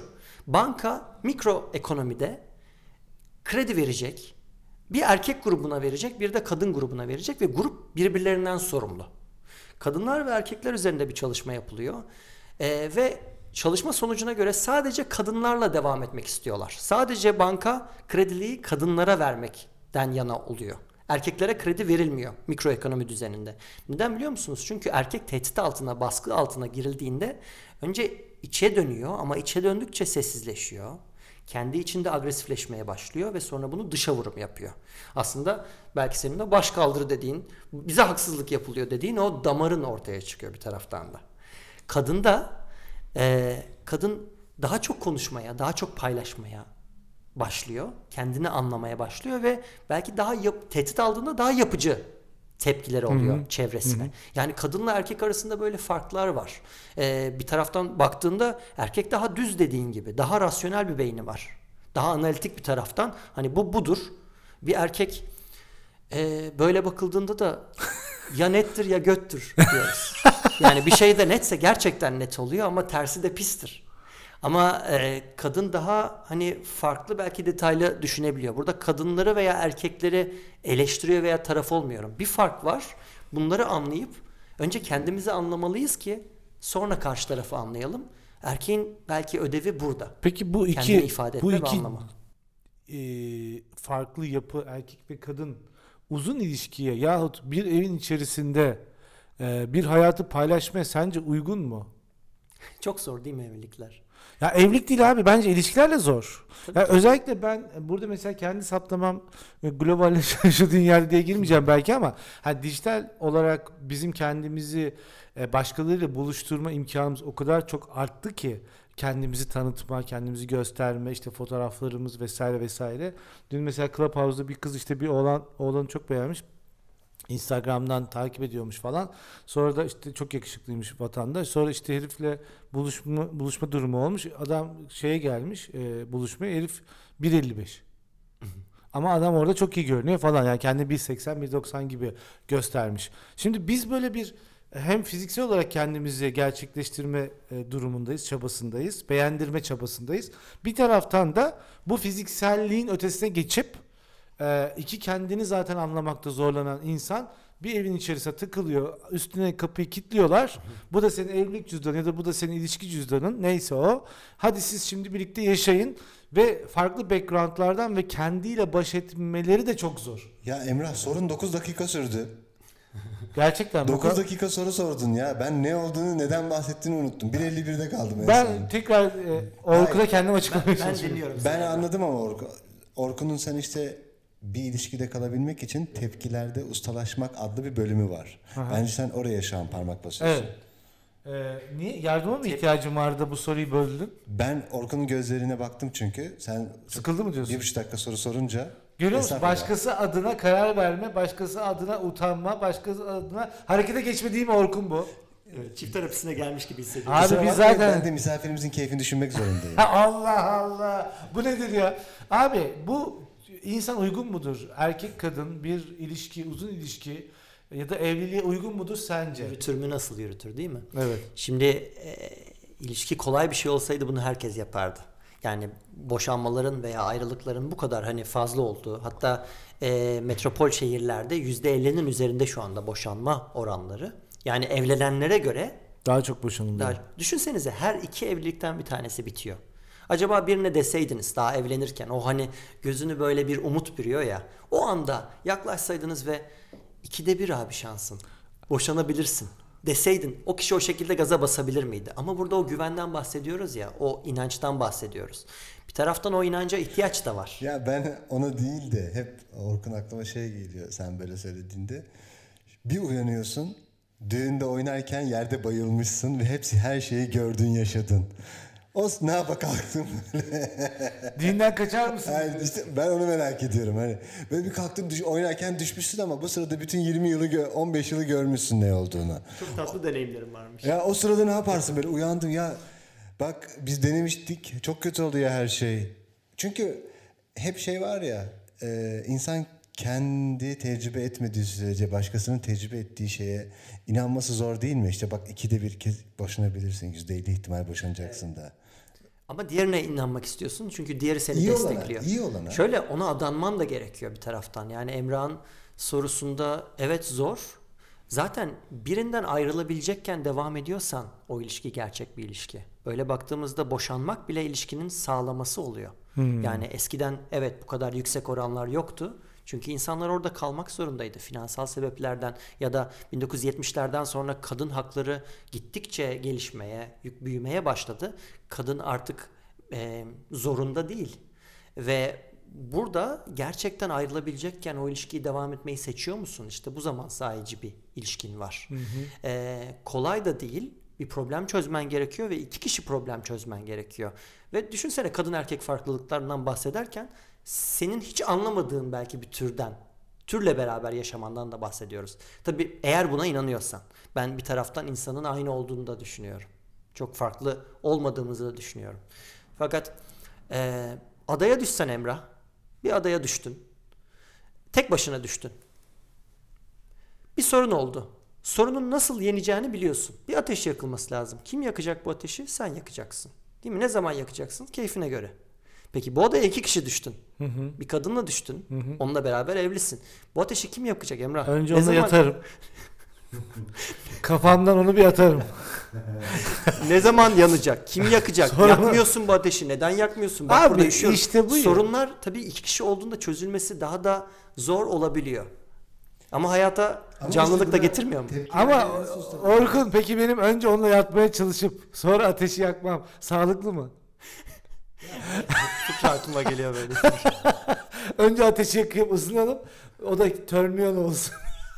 Speaker 3: Banka mikroekonomide kredi verecek, bir erkek grubuna verecek, bir de kadın grubuna verecek ve grup birbirlerinden sorumlu. Kadınlar ve erkekler üzerinde bir çalışma yapılıyor ee, ve çalışma sonucuna göre sadece kadınlarla devam etmek istiyorlar. Sadece banka krediliği kadınlara vermekten yana oluyor. Erkeklere kredi verilmiyor mikroekonomi düzeninde. Neden biliyor musunuz? Çünkü erkek tehdit altına, baskı altına girildiğinde önce içe dönüyor ama içe döndükçe sessizleşiyor. Kendi içinde agresifleşmeye başlıyor ve sonra bunu dışa vurum yapıyor. Aslında belki senin de başkaldırı dediğin, bize haksızlık yapılıyor dediğin o damarın ortaya çıkıyor bir taraftan da. Kadında Ee, kadın daha çok konuşmaya, daha çok paylaşmaya başlıyor. Kendini anlamaya başlıyor ve belki daha yap- tehdit aldığında daha yapıcı tepkileri oluyor Hı-hı. çevresine. Hı-hı. Yani kadınla erkek arasında böyle farklar var. Ee, bir taraftan baktığında erkek daha düz dediğin gibi, daha rasyonel bir beyni var. Daha analitik bir taraftan. Hani bu budur. Bir erkek e, böyle bakıldığında da ya nettir ya göttür diyoruz. Yani bir şey de netse gerçekten net oluyor ama tersi de pistir. Ama e, kadın daha hani farklı, belki detaylı düşünebiliyor. Burada kadınları veya erkekleri eleştiriyor veya taraf olmuyorum. Bir fark var. Bunları anlayıp önce kendimizi anlamalıyız ki sonra karşı tarafı anlayalım. Erkeğin belki ödevi burada.
Speaker 1: Peki bu
Speaker 3: kendini
Speaker 1: iki
Speaker 3: ifade
Speaker 1: bu
Speaker 3: etme ve
Speaker 1: iki
Speaker 3: anlama.
Speaker 1: e, farklı yapı, erkek ve kadın, uzun ilişkiye yahut bir evin içerisinde e, bir hayatı paylaşmaya sence uygun mu?
Speaker 3: Çok zor değil mi evlilikler?
Speaker 1: Ya evlilik değil abi, bence ilişkilerle zor.
Speaker 3: Tabii
Speaker 1: Ya
Speaker 3: ki.
Speaker 1: özellikle ben burada mesela kendi saptamam e, globalleşen şu dünyada diye girmeyeceğim belki ama hani dijital olarak bizim kendimizi e, başkalarıyla buluşturma imkanımız o kadar çok arttı ki, kendimizi tanıtma, kendimizi gösterme, işte fotoğraflarımız vesaire vesaire. Dün mesela Clubhouse'da bir kız işte bir oğlan oğlanı çok beğenmiş. Instagram'dan takip ediyormuş falan. Sonra da işte çok yakışıklıymış vatandaş. Sonra işte herifle buluşma buluşma durumu olmuş. Adam şeye gelmiş, e, buluşmaya. Herif bir elli beş. Ama adam orada çok iyi görünüyor falan. Yani kendi bir seksen bir doksan gibi göstermiş. Şimdi biz böyle bir hem fiziksel olarak kendimizi gerçekleştirme e, durumundayız, çabasındayız. Beğendirme çabasındayız. Bir taraftan da bu fizikselliğin ötesine geçip e, iki kendini zaten anlamakta zorlanan insan bir evin içerisine tıkılıyor. Üstüne kapıyı kilitliyorlar. Bu da senin evlilik cüzdanın ya da bu da senin ilişki cüzdanın. Neyse o. Hadi siz şimdi birlikte yaşayın ve farklı backgroundlardan ve kendiyle baş etmeleri de çok zor.
Speaker 2: Ya Emrah, sorun dokuz dakika sürdü.
Speaker 1: Gerçekten bu
Speaker 2: dokuz
Speaker 1: kadar-
Speaker 2: dakika soru sordun ya. Ben ne olduğunu, neden bahsettiğini unuttum. bir elli birde kaldım en
Speaker 1: Ben
Speaker 2: son.
Speaker 1: tekrar e, Orkun'a kendim açıklamaya
Speaker 3: Ben
Speaker 1: çalışıyorum.
Speaker 3: dinliyorum.
Speaker 2: Ben
Speaker 3: seni.
Speaker 2: anladım ama Orkun. Orkun'un sen işte bir ilişkide kalabilmek için tepkilerde ustalaşmak adlı bir bölümü var.
Speaker 1: Aha.
Speaker 2: Bence sen oraya şu an parmak basıyorsun.
Speaker 1: Evet. Ee, niye? Yardıma mı ihtiyacın vardı da bu soruyu böldün?
Speaker 2: Ben Orkun'un gözlerine baktım çünkü. Sen
Speaker 1: Sıkıldı mı diyorsun?
Speaker 2: bir buçuk dakika soru sorunca.
Speaker 1: Görüyor musun?
Speaker 2: hesap eder.
Speaker 1: Başkası adına karar verme, başkası adına utanma, başkası adına harekete geçme değil mi Orkun bu?
Speaker 3: Evet, çift terapisine gelmiş gibi hissediyorum.
Speaker 1: Abi
Speaker 2: Kusura
Speaker 1: biz
Speaker 2: bakmayın,
Speaker 1: zaten-
Speaker 2: Ben de misafirimizin keyfini düşünmek zorundayım.
Speaker 1: Ha, Allah Allah. Bu nedir ya? Abi bu insan uygun mudur? Erkek kadın bir ilişki, uzun ilişki ya da evliliğe uygun mudur sence?
Speaker 3: Yürütür mü, nasıl yürütür değil mi?
Speaker 1: Evet.
Speaker 3: Şimdi e, ilişki kolay bir şey olsaydı bunu herkes yapardı. Yani boşanmaların veya ayrılıkların bu kadar hani fazla olduğu, hatta e, metropol şehirlerde yüzde ellinin üzerinde şu anda boşanma oranları. Yani evlenenlere göre
Speaker 1: Daha çok boşanılıyor.
Speaker 3: daha, düşünsenize her iki evlilikten bir tanesi bitiyor. Acaba birine deseydiniz daha evlenirken, o hani gözünü böyle bir umut bürüyor ya, o anda yaklaşsaydınız ve ikide bir abi şansın, boşanabilirsin deseydin, o kişi o şekilde gaza basabilir miydi? Ama burada o güvenden bahsediyoruz ya, o inançtan bahsediyoruz. Bir taraftan o inanca ihtiyaç da var.
Speaker 2: Ya ben onu değil de hep Orkun aklıma şey geliyor sen böyle söylediğinde. Bir uyanıyorsun, düğünde oynarken yerde bayılmışsın ve hepsi her şeyi gördün, yaşadın. O ne yapa kalktın böyle.
Speaker 1: Dinden kaçar mısın?
Speaker 2: Yani işte ben onu merak ediyorum. Hani böyle bir kalktın düş, oynarken düşmüşsün ama bu sırada bütün yirmi yılı gö- on beş yılı görmüşsün ne olduğunu.
Speaker 3: Çok tatlı deneyimlerim varmış.
Speaker 2: Ya o sırada ne yaparsın böyle uyandın ya bak biz denemiştik çok kötü oluyor her şey. Çünkü hep şey var ya e, insan kendi tecrübe etmediği sürece başkasının tecrübe ettiği şeye inanması zor değil mi? İşte bak ikide bir kez boşanabilirsin, yüzde elli ihtimal boşanacaksın da.
Speaker 3: Ama diğerine inanmak istiyorsun çünkü diğeri seni
Speaker 2: İyi olana,
Speaker 3: destekliyor.
Speaker 2: iyi olana.
Speaker 3: Şöyle ona adanman da gerekiyor bir taraftan. Yani Emrah'ın sorusunda evet zor. Zaten birinden ayrılabilecekken devam ediyorsan o ilişki gerçek bir ilişki. Öyle baktığımızda boşanmak bile ilişkinin sağlaması oluyor. Yani eskiden evet bu kadar yüksek oranlar yoktu. Çünkü insanlar orada kalmak zorundaydı finansal sebeplerden ya da bin dokuz yüz yetmişlerden sonra kadın hakları gittikçe gelişmeye, yük büyümeye başladı. Kadın artık e, zorunda değil ve burada gerçekten ayrılabilecekken o ilişkiyi devam etmeyi seçiyor musun? İşte bu zaman sahici bir ilişkin var. E, kolay da değil. Bir problem çözmen gerekiyor ve iki kişi problem çözmen gerekiyor. Ve düşünsene kadın erkek farklılıklarından bahsederken senin hiç anlamadığın belki bir türden, türle beraber yaşamandan da bahsediyoruz. Tabii eğer buna inanıyorsan. Ben bir taraftan insanın aynı olduğunu da düşünüyorum. Çok farklı olmadığımızı da düşünüyorum. Fakat e, adaya düşsen Emrah, bir adaya düştün. Tek başına düştün. Bir sorun oldu. Sorunun nasıl yeneceğini biliyorsun. Bir ateş yakılması lazım. Kim yakacak bu ateşi? Sen yakacaksın. Değil mi? Ne zaman yakacaksın? Keyfine göre. Peki bu odaya iki kişi düştün.
Speaker 1: Hı hı.
Speaker 3: Bir kadınla düştün.
Speaker 1: Hı hı.
Speaker 3: Onunla beraber evlisin. Bu ateşi kim yakacak Emrah?
Speaker 1: Önce
Speaker 3: Ne
Speaker 1: onu
Speaker 3: zaman-
Speaker 1: yatarım. Kafamdan onu bir atarım.
Speaker 3: Ne zaman yanacak? Kim yakacak?
Speaker 1: Sonra-
Speaker 3: Yakmıyorsun bu ateşi. Neden yakmıyorsun? Bak
Speaker 1: Abi,
Speaker 3: burada üşüyorum.
Speaker 1: işte bu ya.
Speaker 3: Sorunlar tabii iki kişi olduğunda çözülmesi daha da zor olabiliyor. Ama hayata
Speaker 2: Ama
Speaker 3: canlılık
Speaker 2: işte
Speaker 3: da
Speaker 2: bu da
Speaker 3: getirmiyor mu?
Speaker 2: tepki
Speaker 1: Ama
Speaker 2: vermeyen hususlar.
Speaker 1: Orkun peki benim önce onunla yatmaya çalışıp sonra ateşi yakmam sağlıklı mı?
Speaker 3: Çok aklıma geliyor böyle.
Speaker 1: Önce ateşi yakıp ısınalım. O da turn on olsun.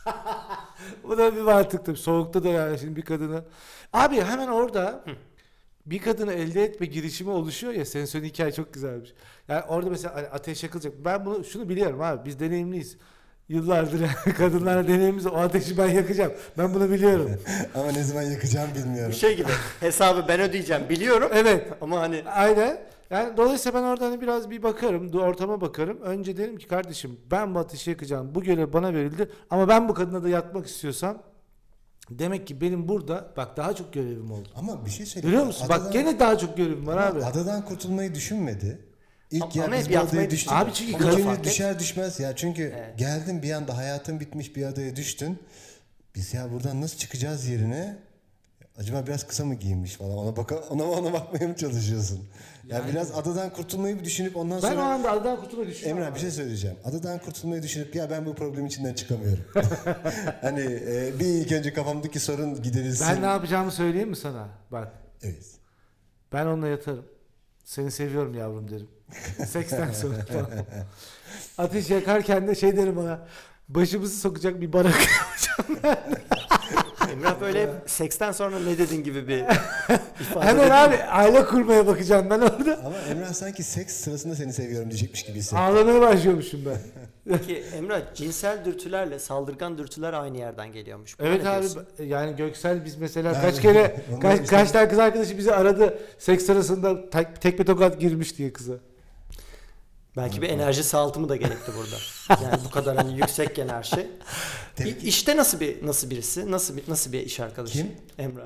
Speaker 1: Bu da bir mantık tabii. Soğukta da yani şimdi bir kadını. Abi hemen orada bir kadını elde etme girişimi oluşuyor ya. Senin söylediğin hikaye çok güzelmiş. Yani orada mesela hani ateş yakılacak. Ben bunu şunu biliyorum abi. Biz deneyimliyiz. Yıllardır yani kadınlarla deneyimimiz o ateşi ben yakacağım. Ben bunu biliyorum.
Speaker 2: Ama ne zaman yakacağım bilmiyorum.
Speaker 3: Bu şey gibi hesabı ben ödeyeceğim biliyorum
Speaker 1: Evet.
Speaker 3: ama hani
Speaker 1: Aynen. Yani dolayısıyla ben orada hani biraz bir bakarım, du- ortama bakarım. Önce derim ki kardeşim ben bu ateşi yakacağım. Bu görev bana verildi. Ama ben bu kadına da yatmak istiyorsam demek ki benim burada bak daha çok görevim oldu.
Speaker 2: Ama bir şey söyleyeyim.
Speaker 1: Görüyor musun?
Speaker 2: Adadan-
Speaker 1: Bak gene daha çok görevim var
Speaker 2: ama
Speaker 1: abi.
Speaker 2: Adadan kurtulmayı düşünmedi. İlk
Speaker 3: Ama-
Speaker 2: ya
Speaker 3: ama
Speaker 2: biz
Speaker 3: hep
Speaker 2: bu
Speaker 3: yatmayı
Speaker 2: adaya düştük.
Speaker 1: Abi çünkü
Speaker 2: Bir
Speaker 1: kadın
Speaker 2: günü
Speaker 3: fark et.
Speaker 2: düşer düşmez ya. Çünkü
Speaker 3: Evet.
Speaker 2: geldin bir anda hayatın bitmiş bir adaya düştün. Biz ya buradan nasıl çıkacağız yerine? Acaba biraz kısa mı giyinmiş falan ona baka ona ona bakmaya mı çalışıyorsun? Yani, biraz adadan kurtulmayı bir düşünüp ondan
Speaker 1: Ben o
Speaker 2: sonra
Speaker 1: anda adadan kurtulmayı düşünüyorum.
Speaker 2: Emrah bir şey söyleyeceğim. Adadan kurtulmayı düşünüp ya ben bu problemin içinden çıkamıyorum. Hani e, bir ilk önce kafamdaki sorun giderilsin.
Speaker 1: Ben ne yapacağımı söyleyeyim mi sana? Bak
Speaker 2: Evet.
Speaker 1: ben onunla yatarım. Seni seviyorum yavrum derim. Seksten sonra falan. Ateş yakarken de şey derim ona. Başımızı sokacak bir barak yapacağım.
Speaker 3: Emrah böyle seksten sonra ne dedin gibi bir ifade.
Speaker 1: Hemen
Speaker 3: dedi.
Speaker 1: abi aile kurmaya bakacağım ben orada.
Speaker 2: Ama Emrah sanki seks sırasında seni seviyorum diyecekmiş gibi hissettim.
Speaker 1: Ağlamaya başlıyormuşum ben.
Speaker 3: Peki Emrah cinsel dürtülerle saldırgan dürtüler aynı yerden geliyormuş. Buna
Speaker 1: Evet
Speaker 3: ne
Speaker 1: abi
Speaker 3: diyorsun?
Speaker 1: yani Göksel biz mesela
Speaker 2: Yani,
Speaker 1: kaç kere
Speaker 2: onlar
Speaker 1: kaç,
Speaker 2: işte-
Speaker 1: kaç tane kız arkadaşı bizi aradı seks sırasında tek, tekme tokat girmiş diye kıza.
Speaker 3: Belki bir enerji sağaltımı da gerekti burada. Yani bu kadar hani yüksek enerji.
Speaker 2: Tabii.
Speaker 3: İ- İşte nasıl bir nasıl birisi? Nasıl bir nasıl bir iş arkadaşı?
Speaker 2: Kim?
Speaker 3: Emrah.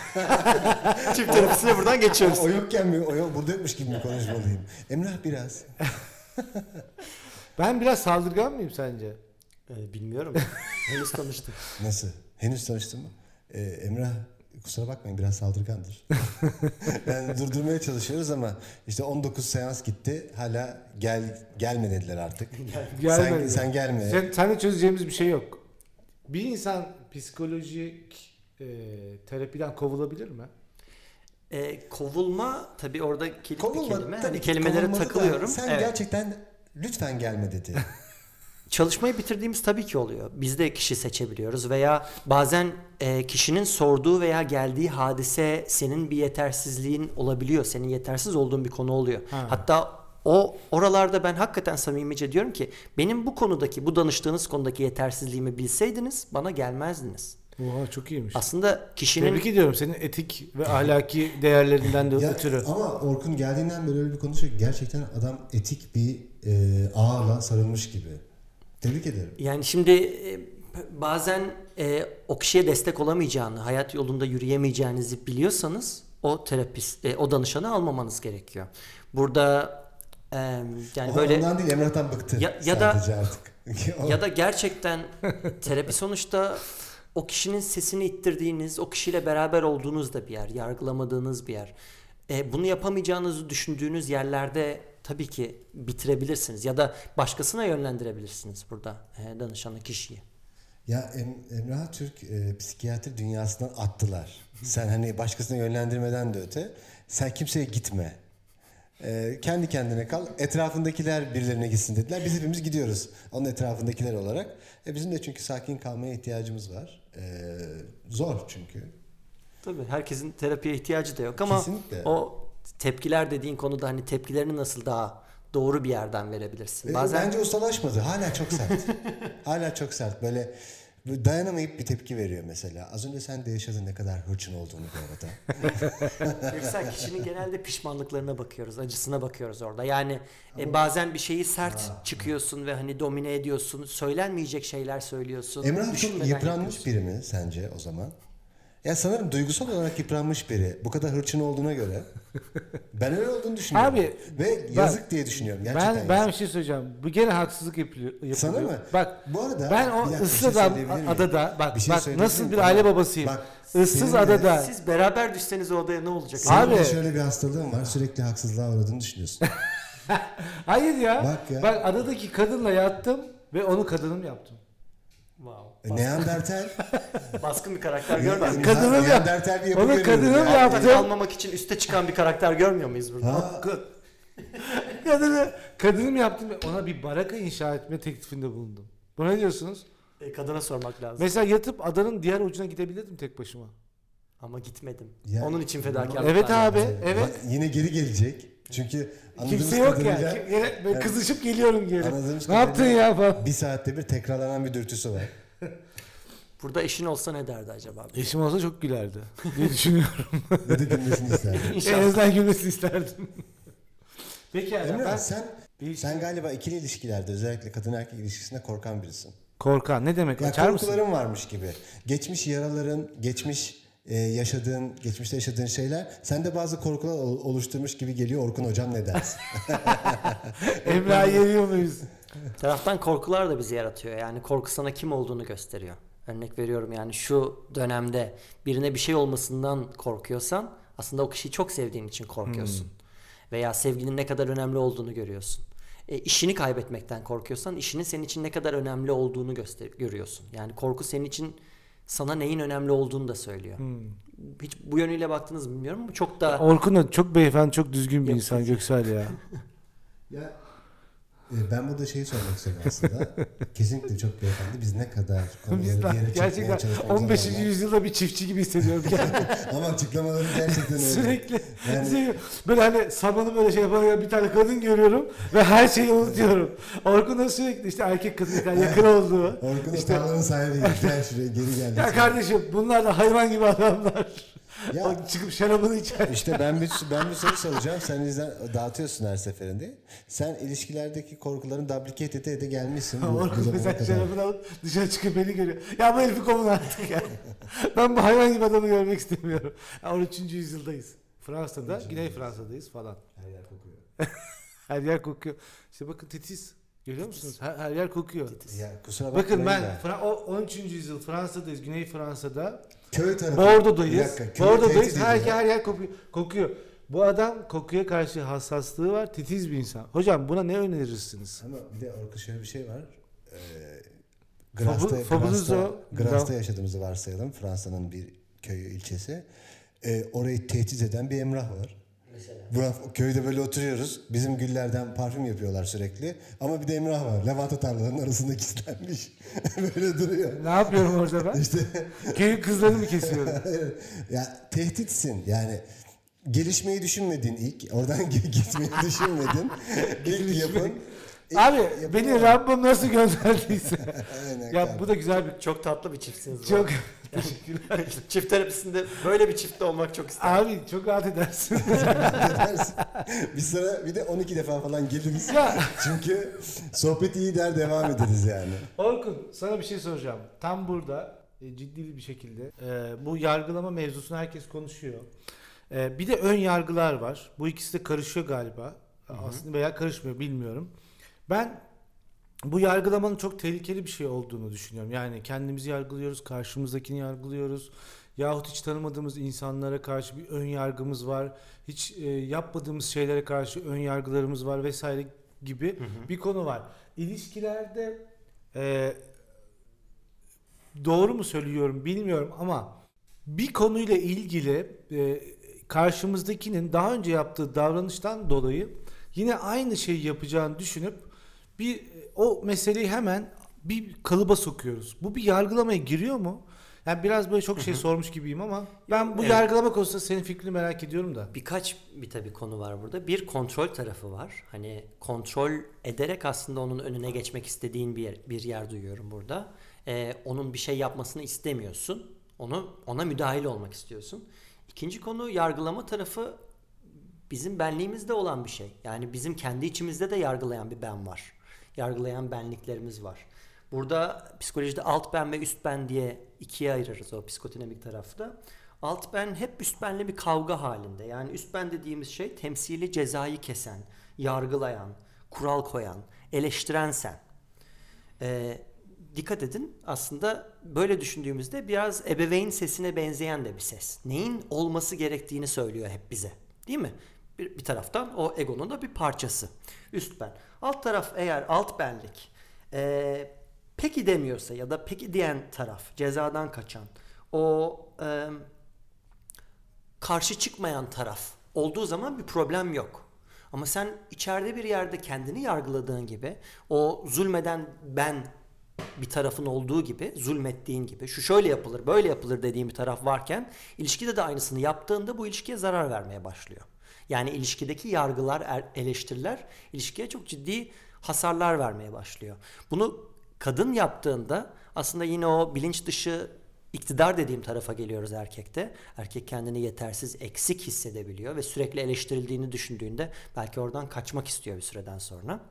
Speaker 3: Çift terapisine buradan geçiyoruz.
Speaker 2: O yokken mi, o yok, burada yokmuş gibi mi konuşmalıyım? Emrah biraz.
Speaker 1: Ben biraz saldırgan mıyım sence?
Speaker 3: Ee, bilmiyorum. Henüz tanıştık.
Speaker 2: Nasıl? Henüz tanıştın mı? Ee, Emrah kusura bakmayın biraz saldırgandır. Yani durdurmaya çalışıyoruz ama işte on dokuz seans gitti. Hala gel gelme dediler artık.
Speaker 1: Gelmedi.
Speaker 2: Sen, sen gelme.
Speaker 1: Sen, seninle çözeceğimiz bir şey yok. Bir insan psikolojik e, terapiden kovulabilir mi?
Speaker 3: Ee, kovulma tabii orada kilit
Speaker 2: Kovulma,
Speaker 3: bir kelime.
Speaker 2: tabii
Speaker 3: Hani
Speaker 2: ki
Speaker 3: kelimelere
Speaker 2: kovulmadı da
Speaker 3: takılıyorum.
Speaker 2: Sen
Speaker 3: Evet.
Speaker 2: gerçekten lütfen gelme dedi.
Speaker 3: Çalışmayı bitirdiğimiz tabii ki oluyor. Biz de kişi seçebiliyoruz veya bazen e, kişinin sorduğu veya geldiği hadise senin bir yetersizliğin olabiliyor. Senin yetersiz olduğun bir konu oluyor.
Speaker 1: Ha.
Speaker 3: Hatta o oralarda ben hakikaten samimice diyorum ki benim bu konudaki, bu danıştığınız konudaki yetersizliğimi bilseydiniz bana gelmezdiniz.
Speaker 1: Oha çok iyiymiş.
Speaker 3: Aslında kişinin
Speaker 1: Tebrik ediyorum senin etik ve ahlaki değerlerinden de
Speaker 2: Ya,
Speaker 1: ötürü.
Speaker 2: ama Orkun geldiğinden beri öyle bir konuşuyor ki gerçekten adam etik bir e, ağla sarılmış gibi. Tebrik ederim.
Speaker 3: yani şimdi e, bazen e, o kişiye destek olamayacağını, hayat yolunda yürüyemeyeceğinizi biliyorsanız o terapist, e, o danışanı almamanız gerekiyor. Burada e, yani
Speaker 2: Ama
Speaker 3: böyle
Speaker 2: ondan değil Emrah'tan bıktı
Speaker 3: Ya- ya da-
Speaker 2: sadece artık. O-
Speaker 3: ya da gerçekten terapi sonuçta o kişinin sesini ittirdiğiniz, o kişiyle beraber olduğunuz da bir yer, yargılamadığınız bir yer. E, bunu yapamayacağınızı düşündüğünüz yerlerde tabii ki bitirebilirsiniz ya da başkasına yönlendirebilirsiniz burada e, danışanı kişiyi.
Speaker 2: Ya em, Emrah Türk e, psikiyatri dünyasından attılar. Sen hani başkasına yönlendirmeden de öte sen kimseye gitme. E, kendi kendine kal. Etrafındakiler birilerine gitsin dediler. Biz hepimiz gidiyoruz. Onun etrafındakiler olarak. E, bizim de çünkü sakin kalmaya ihtiyacımız var. E, zor çünkü.
Speaker 3: Tabii herkesin terapiye ihtiyacı da yok ama
Speaker 2: Kesinlikle.
Speaker 3: o tepkiler dediğin konuda hani tepkilerini nasıl daha doğru bir yerden verebilirsin.
Speaker 2: E,
Speaker 3: Bazen
Speaker 2: Bence ustalaşmadı. Hala çok sert. Hala çok sert. Böyle dayanamayıp bir tepki veriyor mesela. Az önce sen de yaşadın ne kadar hırçın olduğunu bu arada.
Speaker 3: Yüksel kişinin genelde pişmanlıklarına bakıyoruz, acısına bakıyoruz orada. Yani e, bazen bir şeyi sert çıkıyorsun ve hani domine ediyorsun, söylenmeyecek şeyler söylüyorsun.
Speaker 2: Emrah çok
Speaker 3: düşünmeden
Speaker 2: yıpranmış
Speaker 3: yapıyorsun.
Speaker 2: biri mi sence o zaman? Ya sanırım duygusal olarak yıpranmış biri. Bu kadar hırçın olduğuna göre. Ben öyle olduğunu düşünüyorum.
Speaker 1: Abi,
Speaker 2: Ve yazık diye düşünüyorum. Gerçekten
Speaker 1: Ben ben bir
Speaker 2: yazık.
Speaker 1: şey söyleyeceğim. Bu gene haksızlık yapılıyor. yapılıyor.
Speaker 2: Sana mı?
Speaker 1: Bak
Speaker 2: Bu arada
Speaker 1: ben
Speaker 2: bir
Speaker 1: o
Speaker 2: dakika, bir
Speaker 1: ıssız
Speaker 2: şey
Speaker 1: adam
Speaker 2: söyleyebilir miyim?
Speaker 1: adada bak
Speaker 2: Bir şey
Speaker 1: bak
Speaker 2: söyleyebilir
Speaker 1: nasıl
Speaker 2: miyim?
Speaker 1: bir
Speaker 2: Ama
Speaker 1: aile babasıyım.
Speaker 2: bak,
Speaker 1: Issız
Speaker 2: senin de-
Speaker 1: adada.
Speaker 3: Siz beraber düşseniz o odaya ne olacak?
Speaker 2: Senin
Speaker 1: Abi-
Speaker 2: de şöyle bir hastalığın var. Sürekli haksızlığa uğradığını düşünüyorsun.
Speaker 1: Hayır ya.
Speaker 2: Bak ya.
Speaker 1: Bak adadaki kadınla yattım ve onu kadınım yaptım.
Speaker 3: Wow.
Speaker 2: E, Neandertal.
Speaker 3: Baskın bir karakter görmüyor muyuz?
Speaker 1: Kadını mı-
Speaker 2: Neandertal bir yapı
Speaker 1: Onu
Speaker 2: görüyorum
Speaker 1: kadını
Speaker 2: ya.
Speaker 1: mı yaptı?
Speaker 3: Alttan almamak için üste çıkan bir karakter görmüyor muyuz burada?
Speaker 2: Ha,
Speaker 1: Kadını, kadını mı yaptım? Ona bir baraka inşa etme teklifinde bulundum. Buna ne diyorsunuz?
Speaker 3: E, kadına sormak lazım.
Speaker 1: Mesela yatıp adanın diğer ucuna gidebilirdim tek başıma.
Speaker 3: Ama gitmedim.
Speaker 2: Ya-
Speaker 3: Onun için fedakarlık.
Speaker 1: Evet abi,
Speaker 2: evet.
Speaker 1: evet.
Speaker 2: Yine geri gelecek. Çünkü anladığımız
Speaker 1: Kimse yok
Speaker 2: kadarıyla
Speaker 1: ya. Kim- Yine böyle
Speaker 2: Evet.
Speaker 1: kızışıp geliyorum geri.
Speaker 2: Anladığımız
Speaker 1: Ne yaptın
Speaker 2: kadarıyla
Speaker 1: ya falan.
Speaker 2: bir saatte bir tekrarlanan bir dürtüsü var.
Speaker 3: Burada eşin olsa ne derdi acaba?
Speaker 1: Eşim olsa çok gülerdi diye düşünüyorum.
Speaker 2: Ne de gülmesini isterdim.
Speaker 1: En
Speaker 3: İnşallah.
Speaker 1: azından gülmesini isterdim. Peki yani
Speaker 2: Emre
Speaker 1: ben
Speaker 2: sen
Speaker 1: bir-
Speaker 2: sen galiba ikili ilişkilerde özellikle kadın erkek ilişkisinde korkan birisin.
Speaker 1: korkan ne demek?
Speaker 2: Ya
Speaker 1: Açar mısın?
Speaker 2: korkuların varmış gibi. Geçmiş yaraların, geçmiş e, yaşadığın, geçmişte yaşadığın şeyler sende bazı korkular ol- oluşturmuş gibi geliyor. Orkun hocam ne dersin?
Speaker 1: Emrah'ı yeriyor muyuz?
Speaker 3: Bir taraftan korkular da bizi yaratıyor. Yani korku sana kim olduğunu gösteriyor. Örnek veriyorum, yani şu dönemde birine bir şey olmasından korkuyorsan aslında o kişiyi çok sevdiğin için korkuyorsun. Veya sevginin ne kadar önemli olduğunu görüyorsun. E, işini kaybetmekten korkuyorsan işinin senin için ne kadar önemli olduğunu göster görüyorsun. Yani korku senin için sana neyin önemli olduğunu da söylüyor. Hiç bu yönüyle baktınız mı bilmiyorum ama çok da
Speaker 1: Orkun da çok beyefendi, çok düzgün bir
Speaker 3: Yok,
Speaker 1: insan Göksel ya.
Speaker 2: Ya e, ben burada şeyi sormak istiyorum aslında. Kesinlikle çok beyefendi. Biz ne kadar konuları
Speaker 1: Biz
Speaker 2: bir yere çekmeye
Speaker 1: gerçekten
Speaker 2: çalışmamıza
Speaker 1: on beşinci
Speaker 2: rağmen-
Speaker 1: yüzyılda bir çiftçi gibi hissediyorum kendimi.
Speaker 2: Ama açıklamaları gerçekten öyle.
Speaker 1: Sürekli
Speaker 2: Yani-
Speaker 1: şey, böyle hani sabahı böyle şey yapan bir tane kadın görüyorum ve her şeyi unutuyorum. Orkun da sürekli işte erkek kadın kadar yakın olduğu.
Speaker 2: Orkun'un
Speaker 1: İşte-
Speaker 2: tarlanın sahibi gel şuraya geri gel.
Speaker 1: Ya kardeşim bunlar da hayvan gibi adamlar.
Speaker 2: Ya-
Speaker 1: O çıkıp şarabını içer.
Speaker 2: İşte ben bir ben bir soru soracağım. Sen izlen, dağıtıyorsun her seferinde. Sen ilişkilerdeki korkuların duplicate ede ede gelmişsin. Bu, bu
Speaker 1: Orkun
Speaker 2: zamana
Speaker 1: mesela
Speaker 2: kadar.
Speaker 1: şarabını alıp dışarı çıkıp beni görüyor. Ya bu herifi kovun artık ya. Ben bu hayvan gibi adamı görmek istemiyorum. Ya on üçüncü yüzyıldayız. Fransa'da, Güney Fransa'dayız falan.
Speaker 2: Her yer kokuyor.
Speaker 1: Her yer kokuyor. İşte bakın titiz. Görüyor musunuz? Her, her yer kokuyor.
Speaker 2: Ya kusura bakmayın
Speaker 1: Bakın ben
Speaker 2: da.
Speaker 1: Fra- o on üçüncü yüzyıl Fransa'dayız, Güney Fransa'da.
Speaker 2: Köy tarafı.
Speaker 1: Bordo'dayız.
Speaker 2: Bir dakika, köyü
Speaker 1: Bordo'dayız.
Speaker 2: tehdit
Speaker 1: Her,
Speaker 2: ediyor.
Speaker 1: her yer kokuyor. kokuyor. Bu adam kokuya karşı hassaslığı var. Titiz bir insan. Hocam buna ne önerirsiniz?
Speaker 2: Ama bir de Orkun şöyle bir şey var. Ee, Gras'ta,
Speaker 1: Fabu- Fabuloso-
Speaker 2: Gras'ta, Gras'ta yaşadığımızı varsayalım. Fransa'nın bir köyü, ilçesi. Ee, orayı tehdit eden bir Emrah var. Mesela. Bu köyde böyle oturuyoruz. Bizim güllerden parfüm yapıyorlar sürekli. Ama bir de Emrah var. Lavanta tarlalarının arasında gizlenmiş. böyle duruyor.
Speaker 1: Ne yapıyorum orada ben?
Speaker 2: İşte
Speaker 1: Köyün kızlarını mı kesiyorum?
Speaker 2: ya tehditsin. Yani gelişmeyi düşünmedin ilk. Oradan gitmeyi düşünmedin. ilk yapın. ilk
Speaker 1: Abi
Speaker 2: yapın
Speaker 1: beni
Speaker 2: o.
Speaker 1: Rabbim nasıl gönderdiyse.
Speaker 2: Aynen,
Speaker 1: Ya
Speaker 2: kardeşim.
Speaker 1: bu da güzel bir
Speaker 3: çok tatlı bir çiftsiniz. bu
Speaker 1: çok
Speaker 3: arada. Çift terapisinde böyle bir çiftte olmak çok isterim.
Speaker 1: abi çok rahat edersin.
Speaker 2: Edersin. Biz sana bir de on iki defa falan geliriz.
Speaker 1: Ya.
Speaker 2: Çünkü sohbet iyi der devam ederiz yani.
Speaker 1: Orkun sana bir şey soracağım. Tam burada e, ciddi bir şekilde e, bu yargılama mevzusunu herkes konuşuyor. E, bir de ön yargılar var. Bu ikisi de karışıyor galiba. Aslında veya karışmıyor bilmiyorum. Ben bu yargılamanın çok tehlikeli bir şey olduğunu düşünüyorum. Yani kendimizi yargılıyoruz, karşımızdakini yargılıyoruz. Yahut hiç tanımadığımız insanlara karşı bir ön yargımız var. Hiç e, yapmadığımız şeylere karşı ön yargılarımız var vesaire gibi
Speaker 3: Hı hı.
Speaker 1: bir konu var. İlişkilerde e, doğru mu söylüyorum bilmiyorum ama bir konuyla ilgili e, karşımızdakinin daha önce yaptığı davranıştan dolayı yine aynı şeyi yapacağını düşünüp bir o meseleyi hemen bir kalıba sokuyoruz. Bu bir yargılamaya giriyor mu? Yani biraz böyle çok şey sormuş gibiyim ama ben bu
Speaker 3: Evet.
Speaker 1: yargılama konusunda senin fikrini merak ediyorum da.
Speaker 3: Birkaç bir tabii konu var burada. Bir kontrol tarafı var. Hani kontrol ederek aslında onun önüne geçmek istediğin bir yer, bir yer duyuyorum burada. Ee, onun bir şey yapmasını istemiyorsun. Onu ona müdahil olmak istiyorsun. İkinci konu yargılama tarafı bizim benliğimizde olan bir şey. Yani bizim kendi içimizde de yargılayan bir ben var. Yargılayan benliklerimiz var. Burada psikolojide alt ben ve üst ben diye ikiye ayırırız o psikodinamik tarafta. Alt ben hep üst benle bir kavga halinde. Yani üst ben dediğimiz şey temsili cezayı kesen, yargılayan, kural koyan, eleştiren sen. Ee, dikkat edin, aslında böyle düşündüğümüzde biraz ebeveyn sesine benzeyen de bir ses. Neyin olması gerektiğini söylüyor hep bize. Değil mi? Bir, bir taraftan o egonun da bir parçası. Üst ben. Alt taraf eğer alt benlik. Ee, peki demiyorsa ya da peki diyen taraf, cezadan kaçan, o e, karşı çıkmayan taraf olduğu zaman bir problem yok. Ama sen içeride bir yerde kendini yargıladığın gibi, o zulmeden ben bir tarafın olduğu gibi, zulmettiğin gibi, şu şöyle yapılır, böyle yapılır dediğin bir taraf varken, ilişkide de aynısını yaptığında bu ilişkiye zarar vermeye başlıyor. Yani ilişkideki yargılar, eleştiriler ilişkiye çok ciddi hasarlar vermeye başlıyor. Bunu kadın yaptığında aslında yine o bilinç dışı iktidar dediğim tarafa geliyoruz erkekte. Erkek kendini yetersiz, eksik hissedebiliyor ve sürekli eleştirildiğini düşündüğünde belki oradan kaçmak istiyor bir süreden sonra.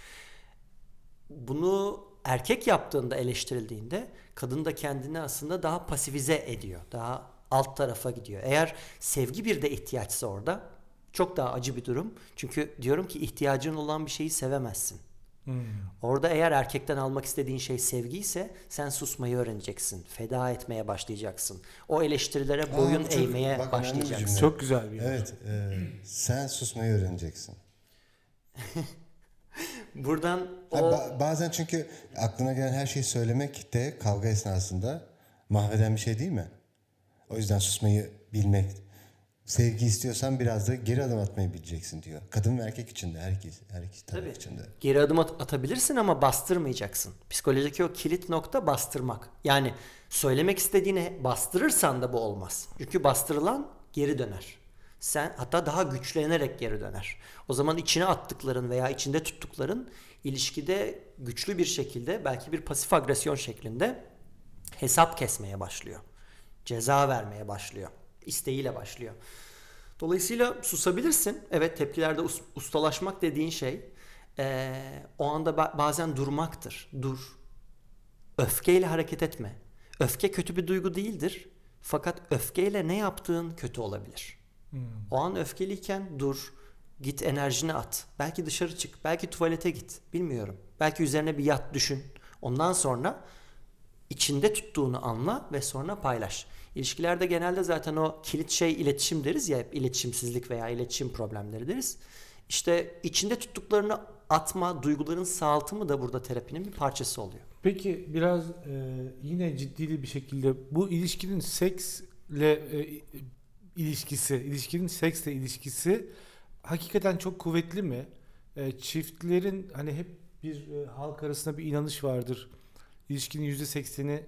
Speaker 3: Bunu erkek yaptığında, eleştirildiğinde kadın da kendini aslında daha pasifize ediyor. Daha alt tarafa gidiyor. Eğer sevgi bir de ihtiyaçsa orada çok daha acı bir durum. Çünkü diyorum ki ihtiyacın olan bir şeyi sevemezsin. Hmm. Orada eğer erkekten almak istediğin şey sevgi ise sen susmayı öğreneceksin. Feda etmeye başlayacaksın. O eleştirilere boyun
Speaker 2: Aa, çok,
Speaker 3: eğmeye
Speaker 2: bak,
Speaker 3: başlayacaksın.
Speaker 1: Çok güzel bir yer.
Speaker 2: Evet. E, sen susmayı öğreneceksin.
Speaker 3: Buradan o...
Speaker 2: Ba- bazen çünkü aklına gelen her şeyi söylemek de kavga esnasında mahveden bir şey değil mi? O yüzden susmayı bilmek. Sevgi istiyorsan biraz da geri adım atmayı bileceksin diyor. Kadın ve erkek için de, her iki, her iki taraf
Speaker 3: Tabii.
Speaker 2: için de.
Speaker 3: Geri adım at- atabilirsin ama bastırmayacaksın. Psikolojideki o kilit nokta bastırmak. Yani söylemek istediğini bastırırsan da bu olmaz. Çünkü bastırılan geri döner. Sen hatta daha güçlenerek geri döner. O zaman içine attıkların veya içinde tuttukların ilişkide güçlü bir şekilde, belki bir pasif agresyon şeklinde hesap kesmeye başlıyor. Ceza vermeye başlıyor. İsteğiyle başlıyor. Dolayısıyla susabilirsin. Evet, tepkilerde us- ustalaşmak dediğin şey ee, o anda ba- bazen durmaktır. Dur. Öfkeyle hareket etme. Öfke kötü bir duygu değildir. Fakat öfkeyle ne yaptığın kötü olabilir. Hmm. O an öfkeliyken dur. Git enerjini at. Belki dışarı çık. Belki tuvalete git. Bilmiyorum. Belki üzerine bir yat düşün. Ondan sonra içinde tuttuğunu anla ve sonra paylaş. İlişkilerde genelde zaten o kilit şey iletişim deriz ya, hep iletişimsizlik veya iletişim problemleri deriz. İşte içinde tuttuklarını atma, duyguların sağaltımı da burada terapinin bir parçası oluyor.
Speaker 1: Peki biraz e, yine ciddi bir şekilde bu ilişkinin seksle e, ilişkisi, ilişkinin seksle ilişkisi hakikaten çok kuvvetli mi? E, çiftlerin hani hep bir e, halk arasında bir inanış vardır. İlişkinin yüzde sekseni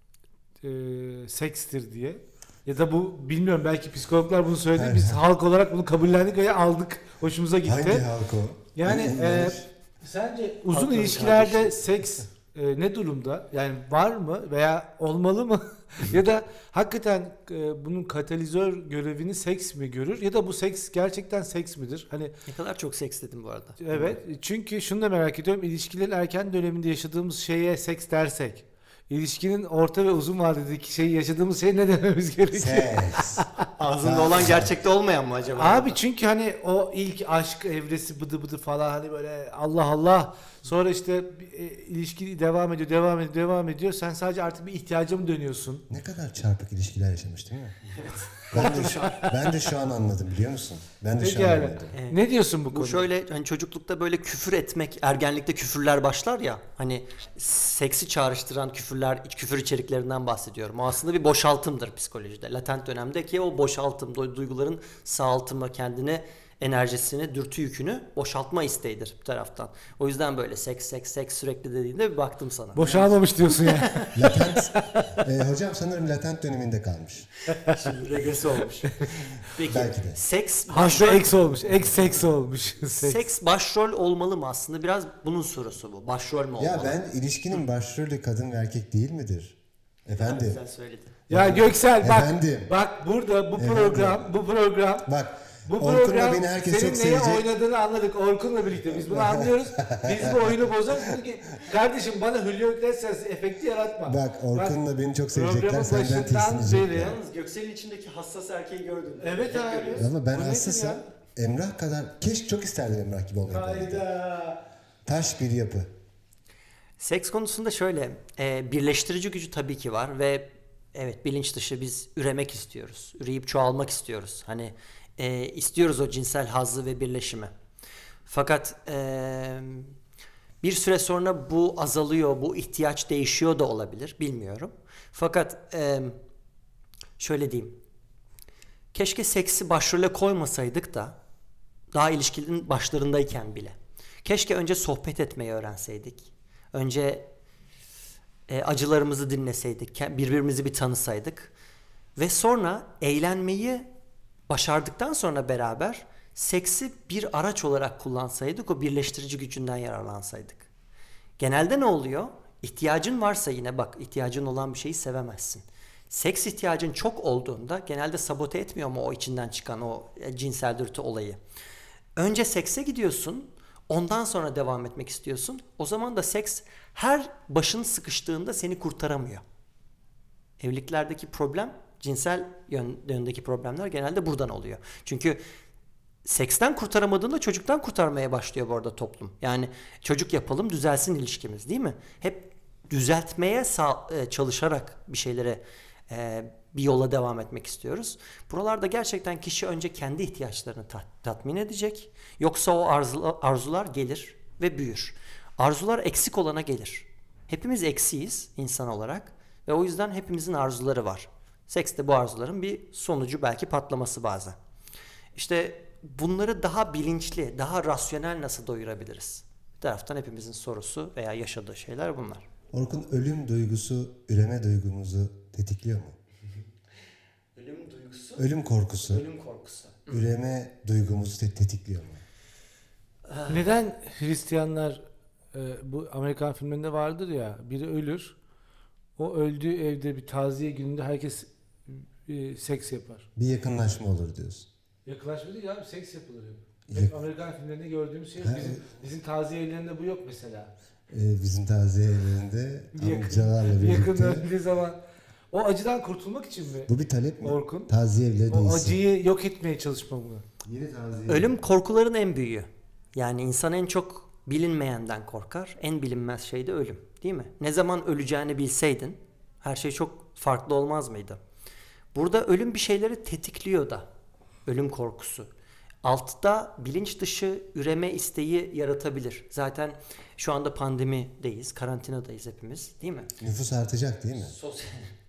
Speaker 1: e, sekstir diye. Ya da bu bilmiyorum, belki psikologlar bunu söyledi.
Speaker 2: Evet.
Speaker 1: Biz halk olarak bunu kabullendik ve aldık. Hoşumuza gitti.
Speaker 2: Hangi halk o?
Speaker 1: Yani e, sence uzun
Speaker 3: Halkın
Speaker 1: ilişkilerde
Speaker 3: kardeşi.
Speaker 1: seks e, ne durumda? Yani var mı veya olmalı mı? Ya da hakikaten e, bunun katalizör görevini seks mi görür? Ya da bu seks gerçekten seks midir? Hani
Speaker 3: Ne kadar çok seks dedim bu arada.
Speaker 1: evet, çünkü şunu da merak ediyorum. İlişkilerin erken döneminde yaşadığımız şeye seks dersek, ilişkinin orta ve uzun vadedeki şeyi yaşadığımız şey ne dememiz gerekiyor?
Speaker 2: Seks.
Speaker 3: Ağzında olan gerçekte olmayan mı acaba?
Speaker 1: Abi çünkü hani o ilk aşk evresi bıdı bıdı falan, hani böyle Allah Allah, sonra işte e, ilişki devam ediyor devam ediyor devam ediyor, sen sadece artık bir ihtiyaca mı dönüyorsun?
Speaker 2: Ne kadar çarpık ilişkiler yaşamış değil mi? Ben de, şu, ben de şu an anladım, biliyor musun? Ben de
Speaker 1: Peki
Speaker 2: şu an
Speaker 1: yani,
Speaker 2: anladım.
Speaker 3: Evet.
Speaker 1: ne diyorsun bu,
Speaker 3: Bu
Speaker 1: konuda?
Speaker 3: şöyle, hani çocuklukta böyle küfür etmek, ergenlikte küfürler başlar ya, hani seksi çağrıştıran küfürler, küfür içeriklerinden bahsediyorum. O aslında bir boşaltımdır psikolojide. Latent dönemdeki o boşaltım, duyguların sağaltımı, kendini, enerjisini, dürtü yükünü boşaltma isteğidir bir taraftan. O yüzden böyle seks seks seks sürekli dediğinde bir baktım sana.
Speaker 1: Boşalmamış diyorsun yani.
Speaker 2: Latent, e, hocam sanırım latent döneminde kalmış.
Speaker 3: Şimdi regresi olmuş. Peki
Speaker 2: Belki de.
Speaker 3: seks
Speaker 1: Haşlı
Speaker 3: başrol,
Speaker 1: eks olmuş. Eks seks olmuş. Seks.
Speaker 3: seks başrol olmalı mı aslında? Biraz bunun sorusu bu. Başrol mü olmalı?
Speaker 2: Ya ben ilişkinin başrolü kadın ve erkek değil midir? Efendim.
Speaker 3: Sen söyledin.
Speaker 1: Ya Göksel bak.
Speaker 2: Efendim.
Speaker 1: Bak burada bu
Speaker 2: Efendim.
Speaker 1: program, bu program
Speaker 2: Bak,
Speaker 1: Bu
Speaker 2: Orkun'la
Speaker 1: program
Speaker 2: beni herkes
Speaker 1: senin
Speaker 2: çok
Speaker 1: neye
Speaker 2: sevecek.
Speaker 1: oynadığını anladık Orkun'la birlikte. Biz bunu anlıyoruz. Biz bu oyunu bozarız. Çünkü kardeşim bana Julio Iglesias efekti yaratma.
Speaker 2: Bak Orkun'la beni çok sevecekler,
Speaker 1: programın
Speaker 2: senden
Speaker 1: başından
Speaker 2: tiksinecekler.
Speaker 1: beri-
Speaker 3: Yalnız Göksel'in içindeki hassas erkeği gördün.
Speaker 1: Evet
Speaker 3: Hep
Speaker 1: abi.
Speaker 3: görüyoruz.
Speaker 2: Ama ben
Speaker 1: Bu nedir
Speaker 2: hassasım.
Speaker 1: ya?
Speaker 2: Emrah kadar, keşke çok isterdim Emrah gibi olmayı. bu arada.
Speaker 1: Hayda.
Speaker 2: Taş bir yapı.
Speaker 3: Seks konusunda şöyle, e, birleştirici gücü tabii ki var ve evet, bilinç dışı biz üremek istiyoruz. Üreyip çoğalmak istiyoruz. Hani e, istiyoruz o cinsel hazzı ve birleşimi. Fakat e, Bir süre sonra bu azalıyor, bu ihtiyaç değişiyor da olabilir, bilmiyorum. Fakat e, şöyle diyeyim, keşke seksi başrole koymasaydık da daha ilişkinin başlarındayken bile. Keşke önce sohbet etmeyi öğrenseydik. Önce e, acılarımızı dinleseydik, birbirimizi bir tanısaydık. Ve sonra eğlenmeyi başardıktan sonra beraber seksi bir araç olarak kullansaydık, o birleştirici gücünden yararlansaydık. Genelde ne oluyor? İhtiyacın varsa yine bak, ihtiyacın olan bir şeyi sevemezsin. Seks ihtiyacın çok olduğunda genelde sabote etmiyor mu o içinden çıkan o cinsel dürtü olayı? Önce sekse gidiyorsun, ondan sonra devam etmek istiyorsun. O zaman da seks her başın sıkıştığında seni kurtaramıyor. Evliliklerdeki problem, cinsel yöndeki problemler genelde buradan oluyor. Çünkü seksten kurtaramadığında çocuktan kurtarmaya başlıyor bu arada toplum. Yani çocuk yapalım, düzelsin ilişkimiz, değil mi? Hep düzeltmeye çalışarak bir şeylere, bir yola devam etmek istiyoruz. Buralarda gerçekten kişi önce kendi ihtiyaçlarını tatmin edecek. Yoksa o arzular gelir ve büyür. Arzular eksik olana gelir. Hepimiz eksiyiz insan olarak ve o yüzden hepimizin arzuları var. Seks de bu arzuların bir sonucu, belki patlaması bazen. İşte bunları daha bilinçli, daha rasyonel nasıl doyurabiliriz? Bir taraftan hepimizin sorusu veya yaşadığı şeyler bunlar.
Speaker 2: Orkun, ölüm duygusu üreme duygumuzu tetikliyor mu?
Speaker 3: Ölüm duygusu?
Speaker 2: Ölüm korkusu.
Speaker 3: Ölüm korkusu.
Speaker 2: Üreme duygumuzu te- tetikliyor mu?
Speaker 1: Neden Hristiyanlar e, bu Amerikan filmlerinde vardır ya, biri ölür, o öldüğü evde bir taziye gününde herkes e, seks yapar.
Speaker 2: Bir yakınlaşma olur diyorsun.
Speaker 1: Yaklaşma değil ya, seks yapılır hep.
Speaker 2: Yak-
Speaker 1: Hep Amerikan filmlerinde gördüğümüz şey.
Speaker 2: Ha,
Speaker 1: Bizim, bizim taziye evlerinde bu yok mesela.
Speaker 2: Ee, bizim taziye evlerinde
Speaker 1: Bir yakın-
Speaker 2: amcalarla
Speaker 1: Bir yakın
Speaker 2: birlikte.
Speaker 1: öldüğü zaman o acıdan kurtulmak için mi?
Speaker 2: Bu bir talep mi?
Speaker 1: Orkun.
Speaker 2: Taziye evleri
Speaker 1: O
Speaker 2: değilsin.
Speaker 1: acıyı yok etmeye çalışma mı?
Speaker 2: Yeni taziye.
Speaker 3: Ölüm korkuların en büyüğü. Yani insan en çok bilinmeyenden korkar. En bilinmez şey de ölüm, değil mi? Ne zaman öleceğini bilseydin her şey çok farklı olmaz mıydı? Burada ölüm bir şeyleri tetikliyor da. Ölüm korkusu. Altta bilinç dışı üreme isteği yaratabilir. Zaten şu anda pandemideyiz, karantinadayız hepimiz, değil mi?
Speaker 2: Nüfus artacak değil mi?
Speaker 3: Sosyal...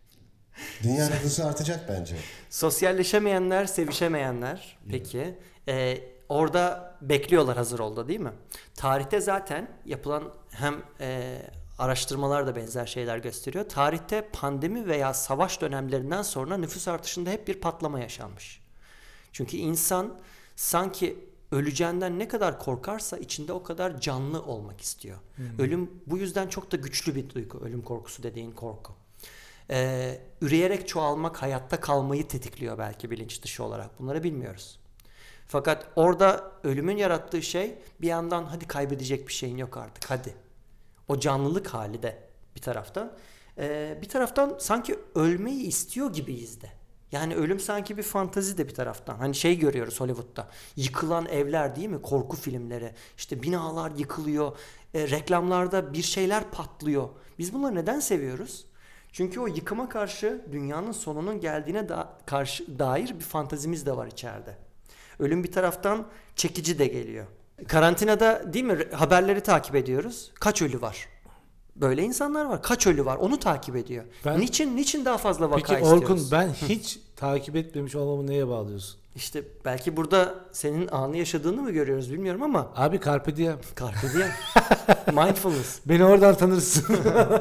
Speaker 2: Dünya nüfusu artacak bence.
Speaker 3: Sosyalleşemeyenler, sevişemeyenler. Peki. Ee, orada bekliyorlar hazır oldu, değil mi? Tarihte zaten yapılan hem e, araştırmalar da benzer şeyler gösteriyor. Tarihte pandemi veya savaş dönemlerinden sonra nüfus artışında hep bir patlama yaşanmış. Çünkü insan sanki öleceğinden ne kadar korkarsa içinde o kadar canlı olmak istiyor. Hmm. Ölüm bu yüzden çok da güçlü bir duygu. Ölüm korkusu dediğin korku. Ee, üreyerek çoğalmak hayatta kalmayı tetikliyor belki bilinç dışı olarak. Bunları bilmiyoruz. Fakat orada ölümün yarattığı şey bir yandan hadi kaybedecek bir şeyin yok artık hadi. O canlılık hali de bir taraftan. Ee, bir taraftan sanki ölmeyi istiyor gibiyiz de. Yani ölüm sanki bir fantazi de bir taraftan. Hani şey görüyoruz Hollywood'da. Yıkılan evler, değil mi? Korku filmleri. İşte binalar yıkılıyor. E, reklamlarda bir şeyler patlıyor. Biz bunları neden seviyoruz? Çünkü o yıkıma karşı dünyanın sonunun geldiğine da karşı dair bir fantazimiz de var içeride. Ölüm bir taraftan çekici de geliyor. Karantinada, değil mi? Haberleri takip ediyoruz. Kaç ölü var? Böyle insanlar var. Kaç ölü var? Onu takip ediyor.
Speaker 1: Ben,
Speaker 3: niçin niçin daha fazla vaka
Speaker 1: peki
Speaker 3: istiyoruz?
Speaker 1: Orkun, ben hiç takip etmemiş olmamı neye bağlıyorsun?
Speaker 3: İşte belki burada senin anı yaşadığını mı görüyoruz bilmiyorum ama.
Speaker 1: Abi carpe diem.
Speaker 3: Carpe diem. Mindfulness.
Speaker 1: Beni oradan tanırsın.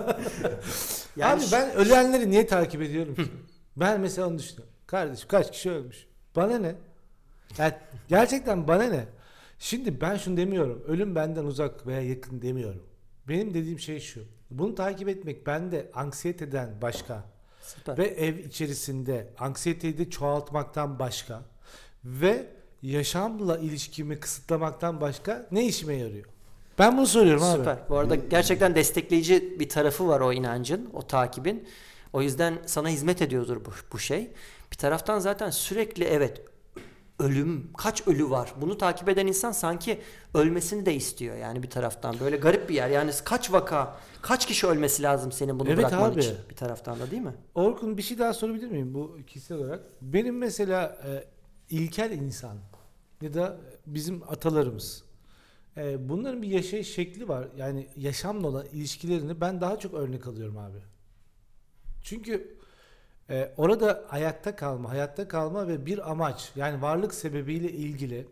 Speaker 3: Yani
Speaker 1: abi ben ölenleri niye takip ediyorum ki? Ben mesela onu düşünüyorum. Kardeşim kaç kişi ölmüş? Bana ne? Yani gerçekten bana ne? Şimdi ben şunu demiyorum. Ölüm benden uzak veya yakın demiyorum. Benim dediğim şey şu. Bunu takip etmek bende anksiyeteden başka.
Speaker 3: Süper.
Speaker 1: Ve ev içerisinde anksiyeteyi de çoğaltmaktan başka. Ve yaşamla ilişkimi kısıtlamaktan başka ne işime yarıyor? Ben bunu soruyorum abi.
Speaker 3: Süper. Bu arada gerçekten destekleyici bir tarafı var o inancın, o takibin. O yüzden sana hizmet ediyordur bu, bu şey. Bir taraftan zaten sürekli evet ölüm, kaç ölü var? Bunu takip eden insan sanki ölmesini de istiyor yani bir taraftan. Böyle garip bir yer. Yani kaç vaka, kaç kişi ölmesi lazım senin bunu
Speaker 1: evet
Speaker 3: bırakman
Speaker 1: abi.
Speaker 3: için bir taraftan da, değil mi?
Speaker 1: Orkun, bir şey daha sorabilir miyim bu kişisel olarak? Benim mesela e, ilkel insan ya da bizim atalarımız Ee, bunların bir yaşayış şekli var. Yani yaşamla olan ilişkilerini ben daha çok örnek alıyorum abi. Çünkü e, orada ayakta kalma, hayatta kalma ve bir amaç, yani varlık sebebiyle ilgili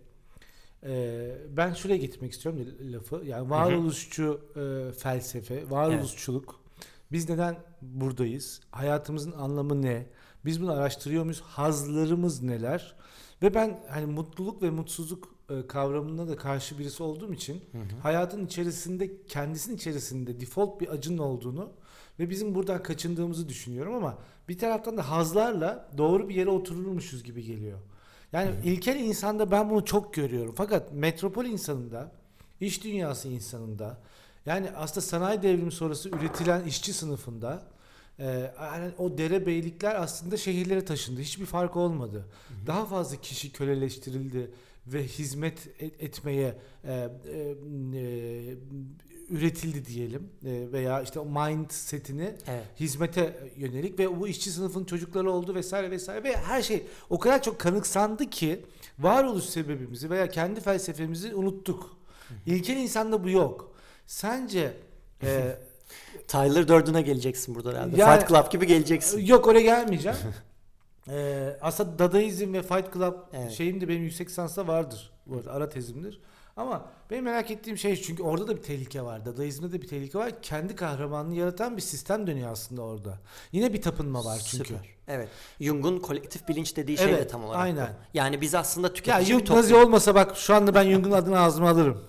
Speaker 1: e, ben şuraya gitmek istiyorum lafı. Yani varoluşçu e, felsefe, varoluşçuluk. Biz neden buradayız? Hayatımızın anlamı ne? Biz bunu araştırıyor muyuz? Hazlarımız neler? Ve ben hani mutluluk ve mutsuzluk e, kavramına da karşı birisi olduğum için hı hı. hayatın içerisinde, kendisinin içerisinde default bir acının olduğunu ve bizim buradan kaçındığımızı düşünüyorum ama bir taraftan da hazlarla doğru bir yere otururmuşuz gibi geliyor. Yani hı hı. ilkel insanda ben bunu çok görüyorum. Fakat metropol insanında, iş dünyası insanında, yani aslında sanayi devrimi sonrası üretilen işçi sınıfında Ee, yani o derebeylikler aslında şehirlere taşındı. Hiçbir fark olmadı. Hı hı. Daha fazla kişi köleleştirildi ve hizmet et, etmeye e, e, e, üretildi diyelim. E, veya işte o mindsetini evet. hizmete yönelik ve bu işçi sınıfının çocukları oldu vesaire vesaire ve her şey o kadar çok kanıksandı ki varoluş sebebimizi veya kendi felsefemizi unuttuk. Hı hı. İlkel insanda bu yok. Sence e,
Speaker 3: Tyler Durden'a geleceksin burada herhalde.
Speaker 1: Yani,
Speaker 3: Fight Club gibi geleceksin.
Speaker 1: Yok oraya gelmeyeceğim. ee, aslında Dadaizm ve Fight Club evet. şeyim de benim yüksek lisansta vardır. Bu arada ara tezimdir. Ama benim merak ettiğim şey çünkü orada da bir tehlike var. Dadaizm'de de bir tehlike var. Kendi kahramanını yaratan bir sistem dönüyor aslında orada. Yine bir tapınma var çünkü.
Speaker 3: Süper. Evet. Jung'un kolektif bilinç dediği şey
Speaker 1: evet,
Speaker 3: de tam olarak
Speaker 1: aynen.
Speaker 3: bu. Yani biz aslında tüketici
Speaker 1: ya,
Speaker 3: bir toplum.
Speaker 1: Nazi olmasa bak şu anda ben Jung'un adını ağzıma alırım.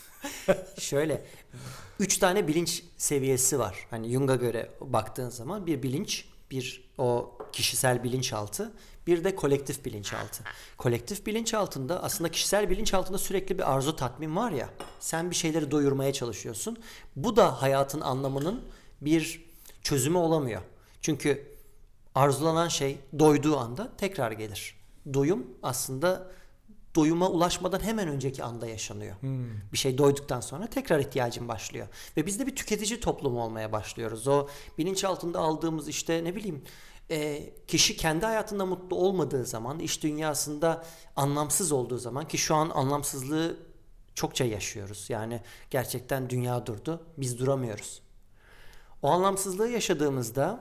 Speaker 3: Şöyle. Üç tane bilinç seviyesi var. Hani Jung'a göre baktığın zaman bir bilinç, bir o kişisel bilinçaltı, bir de kolektif bilinçaltı. Kolektif bilinçaltında aslında kişisel bilinçaltında sürekli bir arzu tatmin var ya. Sen bir şeyleri doyurmaya çalışıyorsun. Bu da hayatın anlamının bir çözümü olamıyor. Çünkü arzulanan şey doyduğu anda tekrar gelir. Doyum aslında doyuma ulaşmadan hemen önceki anda yaşanıyor. Hmm. Bir şey doyduktan sonra tekrar ihtiyacın başlıyor. Ve biz de bir tüketici toplumu olmaya başlıyoruz. O bilinçaltında aldığımız işte ne bileyim e, kişi kendi hayatında mutlu olmadığı zaman, iş dünyasında anlamsız olduğu zaman ki şu an anlamsızlığı çokça yaşıyoruz. Yani gerçekten dünya durdu. Biz duramıyoruz. O anlamsızlığı yaşadığımızda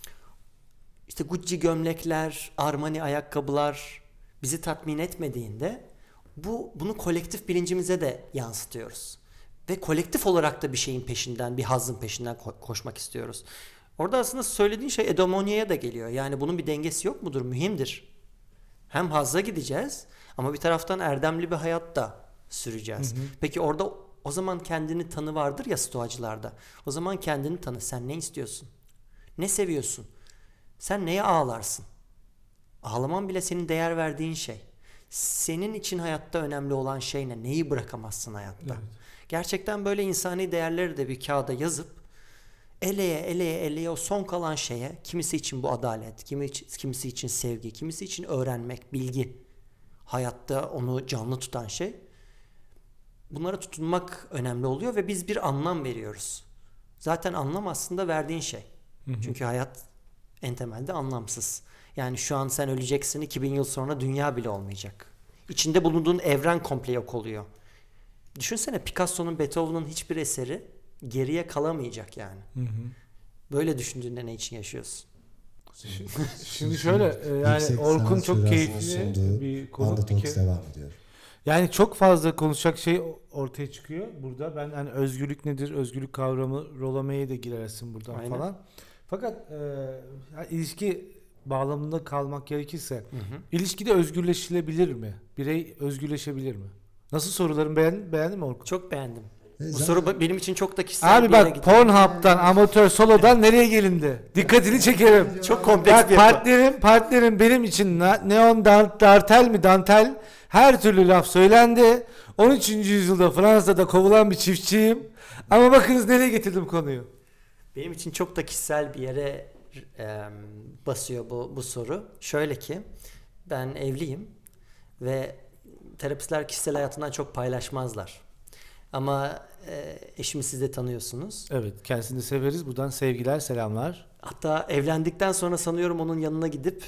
Speaker 3: işte Gucci gömlekler, Armani ayakkabılar bizi tatmin etmediğinde bu bunu kolektif bilincimize de yansıtıyoruz. Ve kolektif olarak da bir şeyin peşinden, bir hazzın peşinden ko- koşmak istiyoruz. Orada aslında söylediğin şey edemonyaya da geliyor. Yani bunun bir dengesi yok mudur? Mühimdir. Hem hazza gideceğiz ama bir taraftan erdemli bir hayat da süreceğiz. Hı hı. Peki orada o zaman kendini tanı vardır ya stoacılarda. O zaman kendini tanı. Sen ne istiyorsun? Ne seviyorsun? Sen neye ağlarsın? Ağlaman bile senin değer verdiğin şey. Senin için hayatta önemli olan şey ne? Neyi bırakamazsın hayatta? Evet. Gerçekten böyle insani değerleri de bir kağıda yazıp eleye eleye eleye o son kalan şeye, kimisi için bu adalet, kimi, kimisi için sevgi, kimisi için öğrenmek, bilgi. Hayatta onu canlı tutan şey. Bunlara tutunmak önemli oluyor ve biz bir anlam veriyoruz. Zaten anlam aslında verdiğin şey. Hı hı. Çünkü hayat en temelde anlamsız. Yani şu an sen öleceksin, iki bin yıl sonra dünya bile olmayacak. İçinde bulunduğun evren komple yok oluyor. Düşünsene Picasso'nun, Beethoven'ın hiçbir eseri geriye kalamayacak yani. Hı hı. Böyle düşündüğünde ne için yaşıyorsun?
Speaker 1: Şimdi şöyle yani Orkun çok keyifli bir konu.
Speaker 2: Devam ediyor.
Speaker 1: Yani çok fazla konuşacak şey ortaya çıkıyor burada. Ben hani özgürlük nedir, özgürlük kavramı, Rollomé'ye de girersin buradan aynen. falan. Fakat e, yani ilişki bağlamında kalmak gerekirse hı hı. ilişkide özgürleşilebilir mi? Birey özgürleşebilir mi? Nasıl sorularım beğendin, beğendin mi Orkun?
Speaker 3: Çok beğendim. E, Bu soru benim için çok da kişisel
Speaker 1: abi bir yere gidiyor. Abi bak Pornhub'dan, amatör solodan nereye gelindi? Dikkatini çekerim.
Speaker 3: Çok kompleks bak, bir
Speaker 1: partnerim, partnerim benim için neon dartel mi dantel her türlü laf söylendi. on üçüncü yüzyılda Fransa'da kovulan bir çiftçiyim. Ama bakınız nereye getirdim konuyu.
Speaker 3: Benim için çok da kişisel bir yere e, basıyor bu, bu soru. Şöyle ki ben evliyim ve terapistler kişisel hayatından çok paylaşmazlar. Ama e, eşimi siz de tanıyorsunuz.
Speaker 1: Evet, kendisini de severiz. Buradan sevgiler, selamlar.
Speaker 3: Hatta evlendikten sonra sanıyorum onun yanına gidip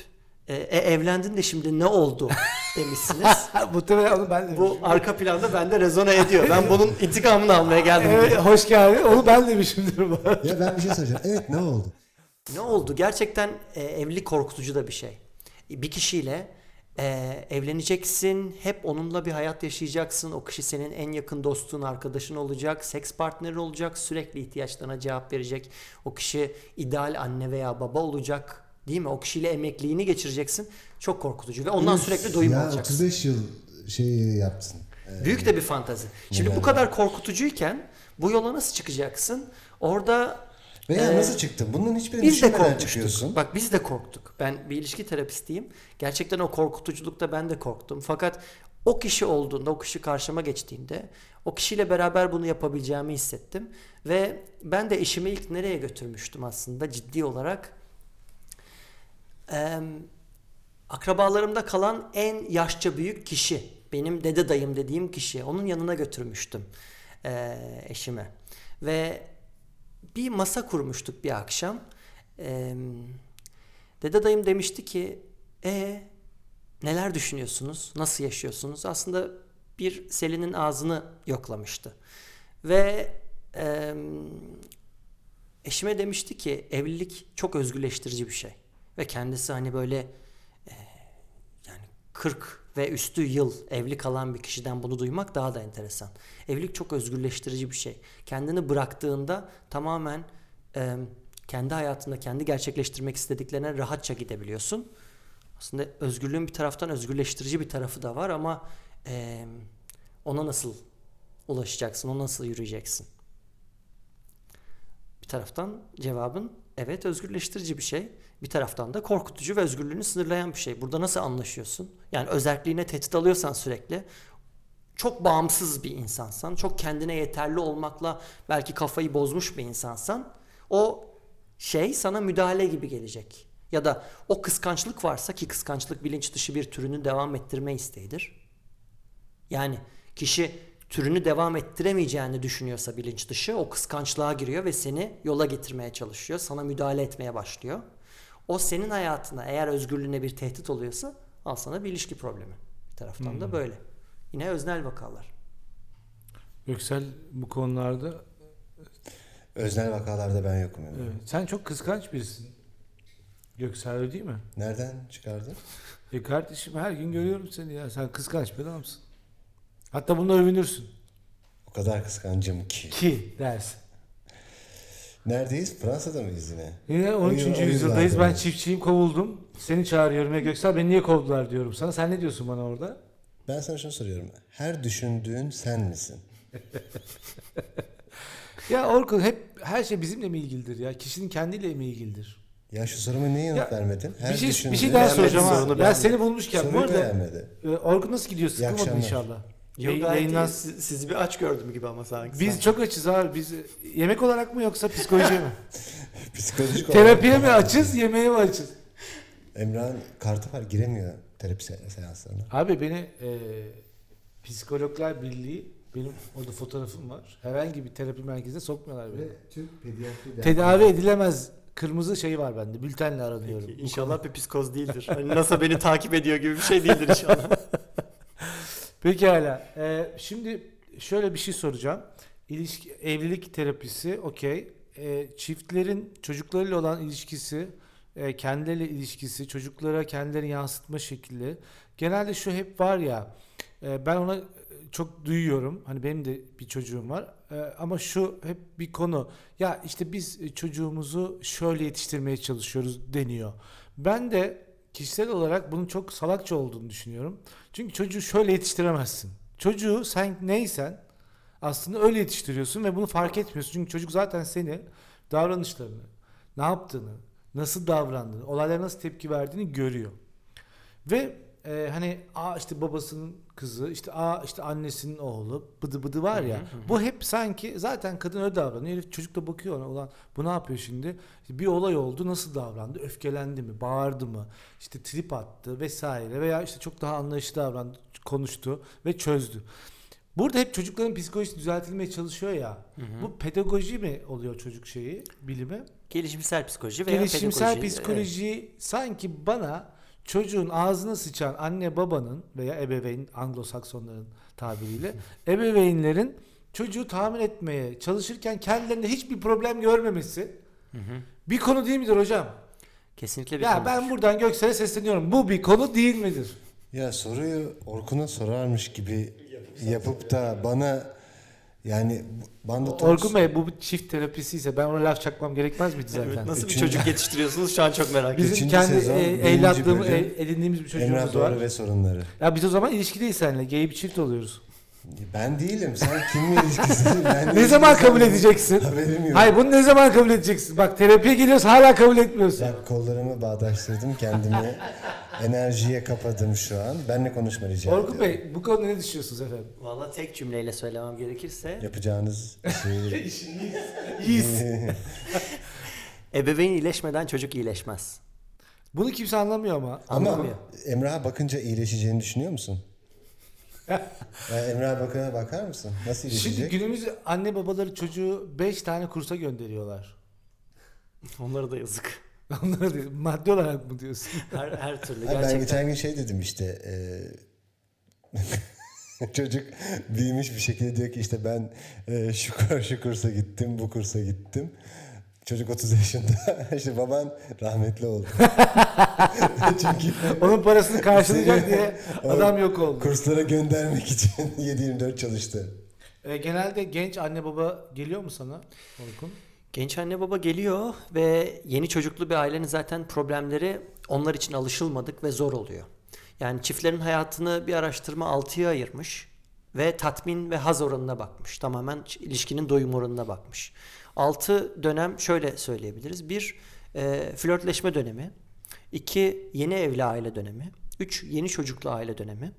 Speaker 3: E, e, evlendin de şimdi ne oldu demişsiniz.
Speaker 1: Muhtemelen onu ben de
Speaker 3: Bu arka planda bende rezone ediyor. Ben bunun intikamını almaya geldim.
Speaker 1: Evet,
Speaker 3: diye.
Speaker 1: hoş geldin. Onu ben demişimdir bu arada.
Speaker 2: Ya ben bir şey soracağım. Evet, ne oldu?
Speaker 3: Ne oldu? Gerçekten e, evlilik korkutucu da bir şey. Bir kişiyle e, evleneceksin, hep onunla bir hayat yaşayacaksın. O kişi senin en yakın dostun, arkadaşın olacak, seks partneri olacak, sürekli ihtiyaçlarına cevap verecek. O kişi ideal anne veya baba olacak, değil mi? O kişiyle emekliğini geçireceksin. Çok korkutucu ve ondan
Speaker 2: Üf,
Speaker 3: sürekli doyum
Speaker 2: ya
Speaker 3: alacaksın.
Speaker 2: otuz beş yıl şey yaptın. Ee,
Speaker 3: Büyük de bir fantazi. Şimdi bu kadar korkutucuyken bu yola nasıl çıkacaksın? Orada
Speaker 2: Veya
Speaker 3: Ee,
Speaker 2: nasıl çıktın? Bunun hiçbirini
Speaker 3: biz de
Speaker 2: düşünmeden
Speaker 3: korkmuştuk.
Speaker 2: çıkıyorsun.
Speaker 3: Bak biz de korktuk. Ben bir ilişki terapistiyim. Gerçekten o korkutuculukta ben de korktum. Fakat o kişi olduğunda, o kişi karşıma geçtiğinde o kişiyle beraber bunu yapabileceğimi hissettim. Ve ben de eşimi ilk nereye götürmüştüm aslında ciddi olarak? Ee, akrabalarımda kalan en yaşça büyük kişi. Benim dede dayım dediğim kişi. Onun yanına götürmüştüm ee, eşime. Ve bir masa kurmuştuk bir akşam. Ee, dede dayım demişti ki e neler düşünüyorsunuz? Nasıl yaşıyorsunuz? Aslında bir Selin'in ağzını yoklamıştı. Ve e, eşime demişti ki evlilik çok özgürleştirici bir şey. Ve kendisi hani böyle e, yani kırk ve üstü yıl evli kalan bir kişiden bunu duymak daha da enteresan. Evlilik çok özgürleştirici bir şey. Kendini bıraktığında tamamen e, kendi hayatında kendi gerçekleştirmek istediklerine rahatça gidebiliyorsun. Aslında özgürlüğün bir taraftan özgürleştirici bir tarafı da var ama e, ona nasıl ulaşacaksın, ona nasıl yürüyeceksin? Bir taraftan cevabın evet özgürleştirici bir şey. Bir taraftan da korkutucu ve özgürlüğünü sınırlayan bir şey. Burada nasıl anlaşıyorsun? Yani özerkliğine tehdit alıyorsan sürekli, çok bağımsız bir insansan, çok kendine yeterli olmakla belki kafayı bozmuş bir insansan, o şey sana müdahale gibi gelecek. Ya da o kıskançlık varsa, ki kıskançlık bilinç dışı bir türünü devam ettirme isteğidir. Yani kişi türünü devam ettiremeyeceğini düşünüyorsa bilinç dışı o kıskançlığa giriyor ve seni yola getirmeye çalışıyor. Sana müdahale etmeye başlıyor. O senin hayatına eğer özgürlüğüne bir tehdit oluyorsa al sana bir ilişki problemi. Bir taraftan
Speaker 1: Hmm.
Speaker 3: da böyle. Yine öznel vakalar.
Speaker 1: Göksel bu konularda
Speaker 2: Öznel vakalarda ben yokum. Yani.
Speaker 1: evet. Sen çok kıskanç birisin. Göksel öyle değil mi?
Speaker 2: Nereden çıkardın?
Speaker 1: E kardeşim her gün görüyorum seni ya. Sen kıskanç bir adamsın. Hatta bununla övünürsün.
Speaker 2: O kadar kıskancım ki.
Speaker 1: Ki dersin.
Speaker 2: Neredeyiz? Fransa'da mıyız yine?
Speaker 1: Yine on üçüncü
Speaker 2: O yıl- o
Speaker 1: yüzyıldayız. Ben
Speaker 2: yıllarda.
Speaker 1: çiftçiyim, kovuldum. Seni çağırıyorum ya Göksel. Beni niye kovdular diyorum sana. Sen ne diyorsun bana orada?
Speaker 2: Ben sana şunu soruyorum. Her düşündüğün sen misin?
Speaker 1: Ya Orkun hep her şey bizimle mi ilgilidir ya? Kişinin kendiyle mi ilgilidir?
Speaker 2: Ya şu soruma niye yanıt
Speaker 1: Ya,
Speaker 2: vermedin? Her
Speaker 1: bir şey, bir
Speaker 2: düşündüğün-
Speaker 1: şey daha
Speaker 3: Beğenmedi
Speaker 1: soracağım ha.
Speaker 3: sorunu,
Speaker 1: Ya
Speaker 3: beğenmedi.
Speaker 1: seni bulmuşken bu
Speaker 2: Soruyu
Speaker 1: arada
Speaker 2: beğenmedi.
Speaker 1: e, Orkun nasıl gidiyor? Sıkılmadın
Speaker 2: akşamlar.
Speaker 1: inşallah.
Speaker 3: Yok,
Speaker 1: Yayın-
Speaker 3: gayet
Speaker 1: yayından...
Speaker 3: iyi. Siz- sizi bir aç gördüm gibi ama sanki.
Speaker 1: Biz
Speaker 3: sanki.
Speaker 1: çok açız abi. Biz yemek olarak mı yoksa psikolojiye mi?
Speaker 2: Psikolojik olarak-
Speaker 1: Terapiye mi açız, yemeğe mi açız?
Speaker 2: Emrah'ın kartı var, giremiyor terapi se- seanslarına.
Speaker 1: Abi beni e, Psikologlar Birliği, benim orada fotoğrafım var. Herhangi bir terapi merkezine sokmuyorlar beni.
Speaker 2: Türk Pediatri
Speaker 1: Tedavi edilemez kırmızı şey var bende. Bültenle aranıyorum.
Speaker 3: Peki, İnşallah bir psikoz değildir. Hani NASA beni takip ediyor gibi bir şey değildir inşallah.
Speaker 1: Pekala. Ee, şimdi şöyle bir şey soracağım. İlişki, evlilik terapisi okey. Ee, çiftlerin çocuklarıyla olan ilişkisi, e, kendileriyle ilişkisi, çocuklara kendilerini yansıtma şekli. Genelde şu hep var ya, e, ben ona çok duyuyorum. Hani benim de bir çocuğum var. E, ama şu hep bir konu. Ya işte biz çocuğumuzu şöyle yetiştirmeye çalışıyoruz deniyor. Ben de kişisel olarak bunun çok salakça olduğunu düşünüyorum. Çünkü çocuğu şöyle yetiştiremezsin. Çocuğu sen neysen aslında öyle yetiştiriyorsun ve bunu fark etmiyorsun. Çünkü çocuk zaten seni, davranışlarını, ne yaptığını, nasıl davrandığını, olaylara nasıl tepki verdiğini görüyor. Ve e, hani a işte babasının kızı, işte a işte annesinin oğlu, bıdı bıdı var ya.
Speaker 3: Hı hı hı.
Speaker 1: Bu hep sanki zaten kadın öyle davranıyor. Herif çocuk da bakıyor ona, ulan bu ne yapıyor şimdi? Bir olay oldu, nasıl davrandı? Öfkelendi mi? Bağırdı mı? İşte trip attı vesaire veya işte çok daha anlayışlı davrandı, konuştu ve çözdü. Burada hep çocukların psikolojisi düzeltilmeye çalışıyor ya.
Speaker 3: Hı hı.
Speaker 1: Bu pedagoji mi oluyor çocuk şeyi, bilimi?
Speaker 3: Gelişimsel psikoloji veya
Speaker 1: Gelişimsel
Speaker 3: pedagoji.
Speaker 1: psikoloji sanki bana çocuğun ağzına sıçan anne babanın veya ebeveyn, Anglo-Saksonların tabiriyle ebeveynlerin çocuğu tahmin etmeye çalışırken kendilerinde hiçbir problem görmemesi bir konu değil midir hocam?
Speaker 3: Kesinlikle bir
Speaker 1: Ya
Speaker 3: konudur.
Speaker 1: ben buradan Göksel'e sesleniyorum. Bu bir konu değil midir?
Speaker 2: Ya soruyu Orkun'a sorarmış gibi yapıp da bana yani bana da
Speaker 1: Orkun Bey bu bir çift terapisiyse ben ona laf çakmam gerekmez miydi zaten?
Speaker 3: Evet, nasıl bir
Speaker 2: Üçüncü-
Speaker 3: çocuk yetiştiriyorsunuz şu an çok merak ediyorum.
Speaker 1: Bizim
Speaker 2: Üçüncü
Speaker 1: kendi
Speaker 2: sezon,
Speaker 1: e,
Speaker 2: birinci
Speaker 1: evlatlığımı
Speaker 2: bölüm.
Speaker 1: e, edindiğimiz bir
Speaker 2: Emrah
Speaker 1: çocuğumuz var.
Speaker 2: Doğru ve sorunları.
Speaker 1: Ya biz o zaman ilişkideyiz seninle. Gay bir çift oluyoruz.
Speaker 2: Ben değilim. Sen kimle ilişkisin? Ben
Speaker 1: Ne zaman kabul edeceksin?
Speaker 2: Haberim yok.
Speaker 1: Hayır bunu ne zaman kabul edeceksin? Bak terapiye geliyoruz hala kabul etmiyorsun.
Speaker 2: Bak kollarımı bağdaştırdım kendimi. Enerjiye kapadım şu an. Benle konuşma rica
Speaker 1: Orkun
Speaker 2: ediyorum.
Speaker 1: Bey bu konuda ne düşünüyorsunuz efendim?
Speaker 3: Valla tek cümleyle söylemem gerekirse
Speaker 2: Yapacağınız şeyi...
Speaker 1: İyiyiz.
Speaker 3: ebeveyn iyileşmeden çocuk iyileşmez.
Speaker 1: Bunu kimse anlamıyor ama.
Speaker 2: Ama
Speaker 3: Anlamıyor.
Speaker 2: Emrah'a bakınca iyileşeceğini düşünüyor musun? Ya Emrah'a bakana bakar mısın? Nasıl iyileşecek?
Speaker 1: Şimdi günümüz anne babaları çocuğu beş tane kursa gönderiyorlar.
Speaker 3: Onlara da yazık.
Speaker 1: Onlara diyor, maddi olarak mı diyorsun?
Speaker 3: Her, her türlü
Speaker 2: Ha, ben
Speaker 3: gerçekten.
Speaker 2: geçen gün şey dedim işte e, çocuk büyümüş bir şekilde diyor ki işte ben e, şu, şu kursa gittim, bu kursa gittim. Çocuk otuz yaşında. İşte baban rahmetli oldu. Çünkü
Speaker 1: Onun parasını karşılayacak diye adam yok oldu.
Speaker 2: kurslara göndermek için yedi yirmi dört çalıştı.
Speaker 1: E, genelde genç anne baba geliyor mu sana Orkun?
Speaker 3: Genç anne baba geliyor ve yeni çocuklu bir ailenin zaten problemleri onlar için alışılmadık ve zor oluyor. Yani çiftlerin hayatını bir araştırma altıya ayırmış ve tatmin ve haz oranına bakmış. Tamamen ilişkinin doyum oranına bakmış. altı dönem şöyle söyleyebiliriz. bir e, flörtleşme dönemi. iki yeni evli aile dönemi. üç yeni çocuklu aile dönemi.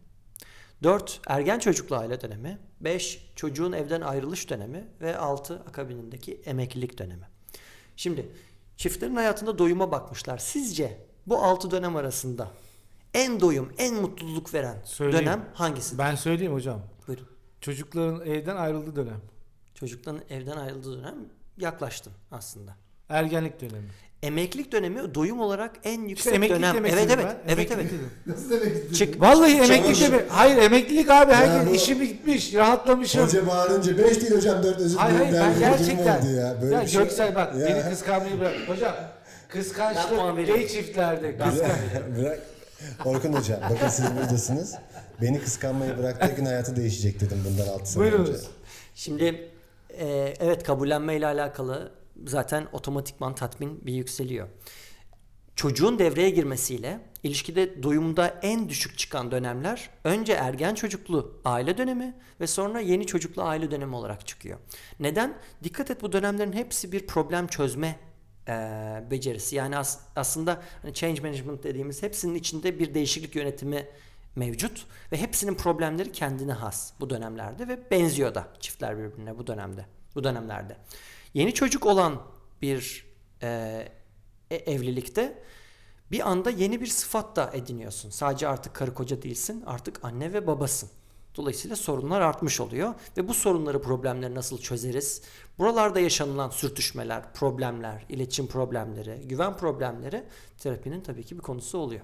Speaker 3: dört ergen çocuklu aile dönemi, beş çocuğun evden ayrılış dönemi ve altı akabinindeki emeklilik dönemi. Şimdi çiftlerin hayatında doyuma bakmışlar. Sizce bu altı dönem arasında en doyum, en mutluluk veren
Speaker 1: Söyleyeyim.
Speaker 3: dönem hangisi?
Speaker 1: Ben söyleyeyim hocam.
Speaker 3: Buyurun.
Speaker 1: Çocukların evden ayrıldığı dönem.
Speaker 3: Çocukların evden ayrıldığı dönem yaklaştın aslında.
Speaker 1: Ergenlik dönemi.
Speaker 3: Emeklilik dönemi doyum olarak en yüksek
Speaker 1: emeklilik
Speaker 3: dönem.
Speaker 1: demek
Speaker 3: Evet
Speaker 1: istedim
Speaker 3: evet.
Speaker 1: ben.
Speaker 3: Evet
Speaker 1: Emeklilik
Speaker 3: evet.
Speaker 1: dedim.
Speaker 2: Nasıl demek
Speaker 3: Çık.
Speaker 1: Vallahi emeklilik
Speaker 2: Çamaşır.
Speaker 1: demi. Hayır emeklilik abi. Herkes
Speaker 2: bu-
Speaker 1: işi bitmiş, rahatlamışım.
Speaker 2: Hoca bağırınca beş değil hocam dört özür
Speaker 1: Hayır
Speaker 2: dilerim.
Speaker 1: hayır ben
Speaker 2: der gibi bir durum
Speaker 1: gerçekten.
Speaker 2: oldu ya. Böyle
Speaker 1: ya
Speaker 2: bir şey-
Speaker 1: Göksel bak
Speaker 2: Ya.
Speaker 1: beni kıskanmayı bırak. Hocam
Speaker 3: Ben puan
Speaker 1: kıskançlık
Speaker 3: veriyorum.
Speaker 1: gay çiftlerde. Kıskan...
Speaker 2: Bırak. Orkun hocam bakın siz buradasınız. Beni kıskanmayı bıraktığı gün hayatı değişecek dedim bundan altı sene önce.
Speaker 1: Buyurunuz.
Speaker 3: Şimdi e, evet kabullenme ile alakalı zaten otomatikman tatmin bir yükseliyor. Çocuğun devreye girmesiyle ilişkide doyumda en düşük çıkan dönemler önce ergen çocuklu aile dönemi ve sonra yeni çocuklu aile dönemi olarak çıkıyor. Neden? Dikkat et bu dönemlerin hepsi bir problem çözme e, becerisi. Yani as, aslında hani change management dediğimiz hepsinin içinde bir değişiklik yönetimi mevcut ve hepsinin problemleri kendine has bu dönemlerde ve benziyor da çiftler birbirine bu dönemde, bu dönemlerde. Yeni çocuk olan bir e, evlilikte bir anda yeni bir sıfat da ediniyorsun. Sadece artık karı koca değilsin, artık anne ve babasın. Dolayısıyla sorunlar artmış oluyor ve bu sorunları, problemleri nasıl çözeriz? Buralarda yaşanılan sürtüşmeler, problemler, iletişim problemleri, güven problemleri terapinin tabii ki bir konusu oluyor.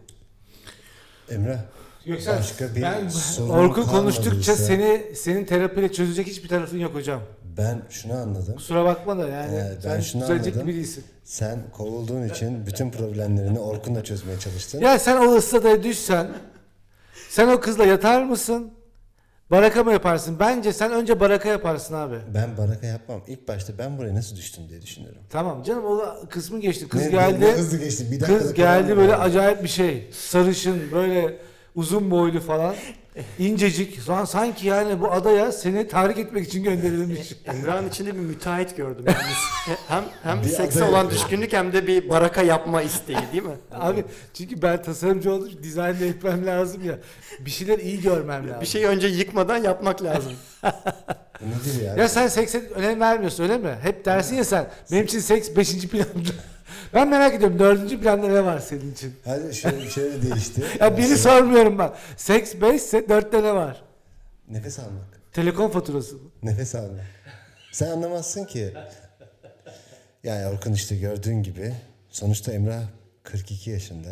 Speaker 2: Emrah.
Speaker 1: Göksel
Speaker 2: Başka bir
Speaker 1: ben
Speaker 2: sorun
Speaker 1: Orkun konuştukça
Speaker 2: kalmadıysa-
Speaker 1: seni senin terapiyle çözecek hiçbir tarafın yok hocam.
Speaker 2: Ben şunu anladım.
Speaker 1: Kusura bakma da yani
Speaker 2: Ee, ben
Speaker 1: sen
Speaker 2: şunu
Speaker 1: düzelecek
Speaker 2: anladım.
Speaker 1: gibi değilsin.
Speaker 2: Sen kovulduğun için bütün problemlerini Orkun'la çözmeye çalıştın.
Speaker 1: Ya sen o ıssadaya düşsen sen o kızla yatar mısın? Baraka mı yaparsın? Bence sen önce baraka yaparsın abi.
Speaker 2: Ben baraka yapmam. İlk başta ben buraya nasıl düştüm diye düşünüyorum.
Speaker 1: Tamam canım o kısmı geçti. Kız
Speaker 2: Ne-
Speaker 1: geldi.
Speaker 2: ne hızlı geçti. Bir dakikada
Speaker 1: Kız
Speaker 2: karar
Speaker 1: geldi
Speaker 2: mı
Speaker 1: böyle
Speaker 2: verdin?
Speaker 1: acayip bir şey. Sarışın böyle uzun boylu falan. İncecik. Şu an sanki yani bu adaya seni tahrik etmek için gönderilmiş.
Speaker 3: Emrah'ın içinde bir müteahhit gördüm yalnız. hem hem
Speaker 2: Bir
Speaker 3: sekse
Speaker 2: aday
Speaker 3: olan
Speaker 2: yapıyor.
Speaker 3: düşkünlük hem de bir baraka yapma isteği değil mi?
Speaker 1: Abi çünkü ben tasarımcı olduğum için dizayn etmem lazım ya. Bir şeyler iyi görmem lazım.
Speaker 3: Bir şeyi önce yıkmadan yapmak lazım.
Speaker 2: Bu nedir ya?
Speaker 1: Ya sen sekse önem vermiyorsun öyle mi? Hep dersin ya sen. Benim için seks beşinci planda. Ben merak ediyorum dördüncü planda ne var senin için?
Speaker 2: Hadi şöyle, şöyle değişti.
Speaker 1: Ya biri
Speaker 2: Mesela
Speaker 1: sormuyorum bak. Seks beşse dörtte ne var?
Speaker 2: Nefes almak.
Speaker 1: Telekom faturası mı?
Speaker 2: Nefes almak. Sen anlamazsın ki. Yani Orkun işte gördüğün gibi sonuçta Emrah kırk iki yaşında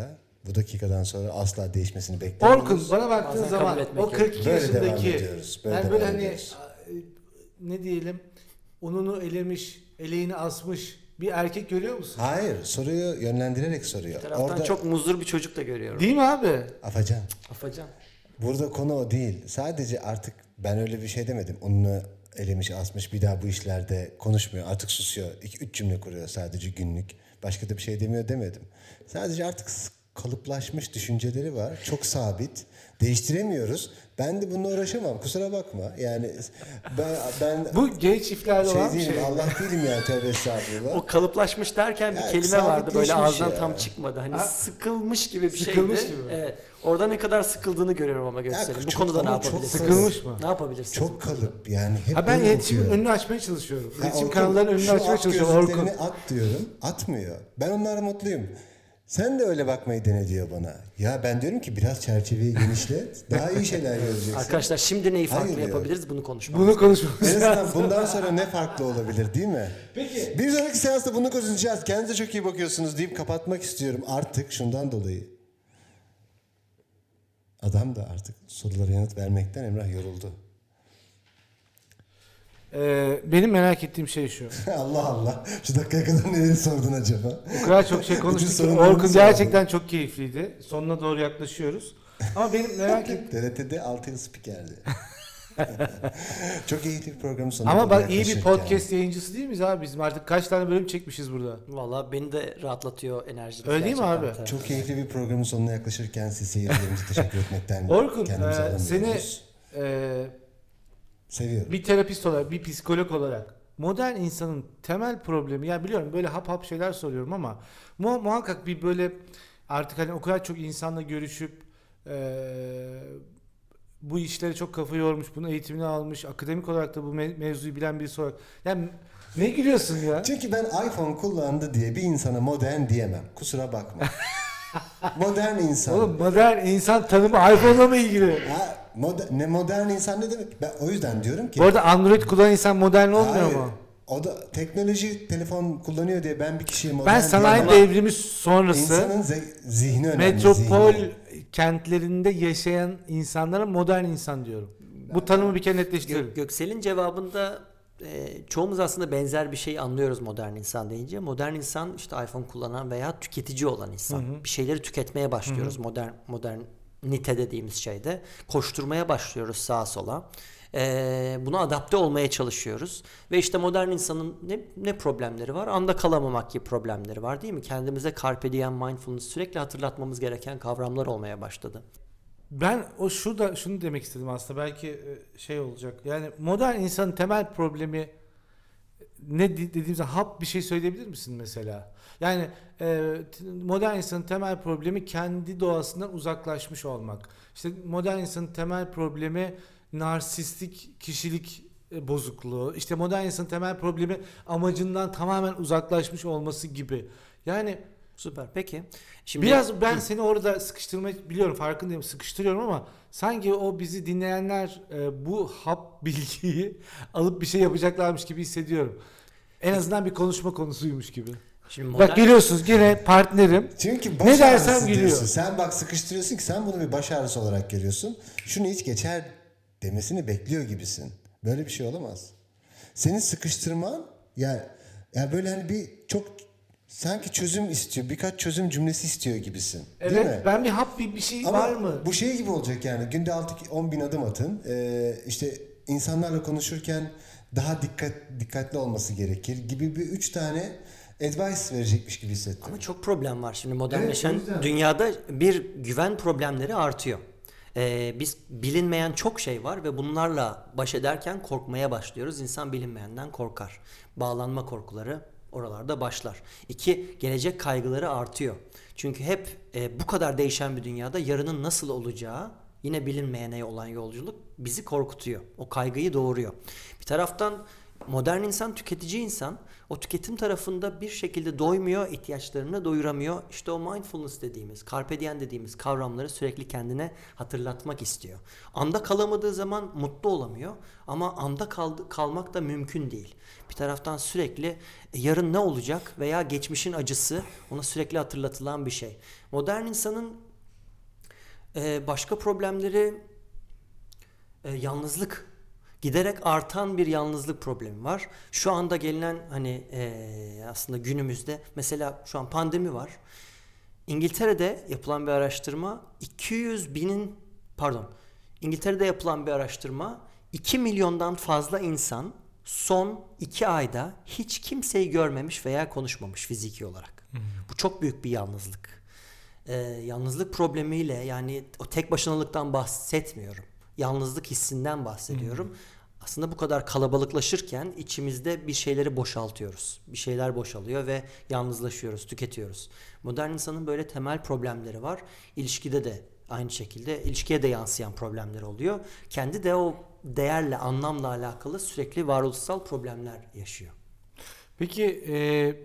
Speaker 2: bu dakikadan sonra asla değişmesini beklemiyoruz.
Speaker 1: Orkun bana baktığın
Speaker 3: Bazen
Speaker 1: zaman
Speaker 3: kabul etmek
Speaker 1: o kırk iki
Speaker 2: Böyle devam
Speaker 1: yaşındaki
Speaker 2: ediyoruz, böyle
Speaker 1: yani böyle
Speaker 2: devam
Speaker 1: hani
Speaker 2: ediyoruz.
Speaker 1: e, ne diyelim ununu elemiş, eleğini asmış bir erkek görüyor musun?
Speaker 2: Hayır, soruyu yönlendirerek soruyor.
Speaker 3: Bir taraftan
Speaker 2: Orada
Speaker 3: çok muzdur bir çocuk da görüyorum.
Speaker 1: Değil mi abi?
Speaker 2: Afacan.
Speaker 3: Afacan.
Speaker 2: Burada konu o değil. Sadece artık ben öyle bir şey demedim. Onu elemiş, asmış, bir daha bu işlerde konuşmuyor. Artık susuyor. İki, üç cümle kuruyor sadece günlük. Başka da bir şey demiyor demedim. Sadece artık kalıplaşmış düşünceleri var. Çok sabit. Değiştiremiyoruz. Ben de bununla uğraşamam. Kusura bakma. Yani ben ben
Speaker 1: Bu gay çiftlerde
Speaker 2: şey
Speaker 1: olan bir
Speaker 2: değilim.
Speaker 1: şey.
Speaker 2: Allah değilim yani, tövbe estağfurullah.
Speaker 3: O kalıplaşmış derken bir
Speaker 2: Ya,
Speaker 3: kelime vardı böyle
Speaker 2: sabitleşmiş
Speaker 3: ağızdan
Speaker 2: ya.
Speaker 3: tam çıkmadı. Hani
Speaker 1: Ha?
Speaker 3: sıkılmış gibi bir
Speaker 1: Sıkılmış
Speaker 3: şeydi.
Speaker 1: gibi.
Speaker 3: Evet. Orada ne kadar sıkıldığını görüyorum ama Göksel'in. Bu
Speaker 2: çok-
Speaker 3: konuda ne
Speaker 2: ama çok
Speaker 3: yapabilirsiniz?
Speaker 1: Sıkılmış mı?
Speaker 3: Ne yapabilirsiniz?
Speaker 2: Çok kalıp yani. Hep
Speaker 1: Ha ben
Speaker 2: böyle
Speaker 1: iletişimin
Speaker 2: okuyor.
Speaker 1: önünü açmaya çalışıyorum.
Speaker 2: Ha,
Speaker 1: İletişim
Speaker 2: Orkun,
Speaker 1: kanallarının önünü
Speaker 2: şu
Speaker 1: açmaya
Speaker 2: at
Speaker 1: çalışıyorum Orkun.
Speaker 2: gözlüklerini at diyorum. Atmıyor. Ben onlara mutluyum. Sen de öyle bakmayı dene diyor bana. Ya ben diyorum ki biraz çerçeveyi genişlet. Daha iyi şeyler göreceksin.
Speaker 3: Arkadaşlar şimdi neyi farklı
Speaker 2: Hayır diyor.
Speaker 3: yapabiliriz bunu konuşmak.
Speaker 1: Bunu konuşmamız
Speaker 2: En
Speaker 1: lazım.
Speaker 2: azından bundan sonra ne farklı olabilir değil mi?
Speaker 1: Peki.
Speaker 2: Bir sonraki seansta bunu konuşacağız. Kendinize çok iyi bakıyorsunuz deyip kapatmak istiyorum. Artık şundan dolayı. Adam da artık sorulara yanıt vermekten Emrah yoruldu.
Speaker 1: Ee, benim merak ettiğim şey şu.
Speaker 2: Allah Allah. Şu dakikaya kadar neleri sordun acaba?
Speaker 1: O kadar çok şey konuştuk
Speaker 2: Bütün
Speaker 1: ki
Speaker 2: sorunlarımız
Speaker 1: Orkun
Speaker 2: var.
Speaker 1: gerçekten çok keyifliydi. Sonuna doğru yaklaşıyoruz. Ama benim merak ettiğim...
Speaker 2: T R T'de altı yıl spikerdi. Çok iyi bir program sonunda.
Speaker 1: Ama bak iyi bir
Speaker 2: yaklaşırken.
Speaker 1: podcast yayıncısı değil miyiz abi bizim? Artık kaç tane bölüm çekmişiz burada.
Speaker 3: Valla beni de rahatlatıyor enerjiniz.
Speaker 1: Öyle değil mi
Speaker 3: gerçekten.
Speaker 1: abi?
Speaker 3: Tabii.
Speaker 2: Çok keyifli bir programın sonuna yaklaşırken siz seyircilerimize teşekkür etmekten
Speaker 1: Orkun
Speaker 2: kendimizi
Speaker 1: e, seni
Speaker 2: alamıyoruz.
Speaker 1: e,
Speaker 2: Seviyorum.
Speaker 1: bir terapist olarak, bir psikolog olarak modern insanın temel problemi, ya biliyorum böyle hap hap şeyler soruyorum ama mu- muhakkak bir böyle artık hani o kadar çok insanla görüşüp e, bu işlere çok kafa yormuş, bunun eğitimini almış, akademik olarak da bu me- mevzuyu bilen birisi olarak. Yani ne gülüyorsun ya?
Speaker 2: Çünkü ben iPhone kullandı diye bir insana modern diyemem. Kusura bakma. Modern insan.
Speaker 1: Oğlum modern insan tanımı iPhone'la mı ilgili?
Speaker 2: Ha, moder- ne modern insan ne demek? Ben o yüzden diyorum ki.
Speaker 1: Bu arada Android kullanan insan modern olmuyor
Speaker 2: Hayır,
Speaker 1: mu?
Speaker 2: O da teknoloji telefon kullanıyor diye ben bir kişiye modern
Speaker 1: Ben sanayi
Speaker 2: diyemem.
Speaker 1: devrimi sonrası
Speaker 2: İnsanın ze- zihni önemli.
Speaker 1: metropol
Speaker 2: zihni.
Speaker 1: kentlerinde yaşayan insanlara modern insan diyorum. Bu tanımı bir kere netleştirelim.
Speaker 3: Gö- Göksel'in cevabında e, çoğumuz aslında benzer bir şey anlıyoruz modern insan deyince. Modern insan işte iPhone kullanan veya tüketici olan insan.
Speaker 1: Hı hı.
Speaker 3: Bir şeyleri tüketmeye başlıyoruz modern modernite dediğimiz şeyde. Koşturmaya başlıyoruz sağa sola. E, buna adapte olmaya çalışıyoruz. Ve işte modern insanın ne, ne problemleri var? Anda kalamamak gibi problemleri var değil mi? Kendimize carpe diem, mindfulness sürekli hatırlatmamız gereken kavramlar olmaya başladı.
Speaker 1: Ben o şurada şunu demek istedim aslında, belki e, şey olacak. Yani modern insanın temel problemi ne di- dediğimizde hap bir şey söyleyebilir misin mesela? Yani e, t- modern insanın temel problemi kendi doğasından uzaklaşmış olmak. İşte modern insanın temel problemi narsistik kişilik e, bozukluğu. İşte modern insanın temel problemi amacından tamamen uzaklaşmış olması gibi. Yani
Speaker 3: Süper. Peki. Şimdi
Speaker 1: biraz ben seni orada sıkıştırmayı biliyorum, farkındayım, sıkıştırıyorum ama sanki o bizi dinleyenler e, bu hap bilgiyi alıp bir şey yapacaklarmış gibi hissediyorum. En azından bir konuşma konusuymuş gibi.
Speaker 3: Şimdi modern-
Speaker 1: Bak gülüyorsunuz yine partnerim.
Speaker 2: Çünkü baş
Speaker 1: Ne
Speaker 2: ağrısı
Speaker 1: dersem
Speaker 2: diyorsun.
Speaker 1: gülüyor.
Speaker 2: Sen bak sıkıştırıyorsun ki sen bunu bir baş ağrısı olarak görüyorsun. Şunu hiç geçer demesini bekliyor gibisin. Böyle bir şey olamaz. Senin sıkıştırman ya ya böyle hani bir çok sanki çözüm istiyor. Birkaç çözüm cümlesi istiyor gibisin. Değil mi?
Speaker 1: Evet, ben bir hap bir, bir şey
Speaker 2: Ama
Speaker 1: var mı?
Speaker 2: bu şey gibi olacak yani. Günde altı on bin adım atın. Ee, işte insanlarla konuşurken daha dikkat dikkatli olması gerekir gibi bir üç tane advice verecekmiş gibi hissettim.
Speaker 3: Ama çok problem var şimdi
Speaker 1: Evet,
Speaker 3: modernleşen
Speaker 1: o yüzden.
Speaker 3: dünyada bir güven problemleri artıyor. Ee, biz bilinmeyen çok şey var ve bunlarla baş ederken korkmaya başlıyoruz. İnsan bilinmeyenden korkar. Bağlanma korkuları oralarda başlar. İki, gelecek kaygıları artıyor. Çünkü hep e, bu kadar değişen bir dünyada yarının nasıl olacağı, yine bilinmeyene olan yolculuk bizi korkutuyor. O kaygıyı doğuruyor. Bir taraftan Modern insan tüketici insan. O tüketim tarafında bir şekilde doymuyor, ihtiyaçlarını doyuramıyor. İşte o mindfulness dediğimiz, carpe diem dediğimiz kavramları sürekli kendine hatırlatmak istiyor. Anda kalamadığı zaman mutlu olamıyor ama anda kal- kalmak da mümkün değil. Bir taraftan sürekli e, yarın ne olacak veya geçmişin acısı ona sürekli hatırlatılan bir şey. Modern insanın e, başka problemleri e, yalnızlık. Giderek artan bir yalnızlık problemi var. Şu anda gelinen hani e, aslında günümüzde mesela şu an pandemi var. İngiltere'de yapılan bir araştırma iki yüz binin pardon İngiltere'de yapılan bir araştırma iki milyondan fazla insan son iki ayda hiç kimseyi görmemiş veya konuşmamış fiziki olarak. Hmm. Bu çok büyük bir yalnızlık. E, yalnızlık problemiyle yani o tek başınalıktan bahsetmiyorum. Yalnızlık hissinden bahsediyorum. Hmm. Aslında bu kadar kalabalıklaşırken içimizde bir şeyleri boşaltıyoruz. Bir şeyler boşalıyor ve yalnızlaşıyoruz, tüketiyoruz. Modern insanın böyle temel problemleri var. İlişkide de aynı şekilde ilişkiye de yansıyan problemler oluyor. Kendi de o değerle, anlamla alakalı sürekli varoluşsal problemler yaşıyor.
Speaker 1: Peki e,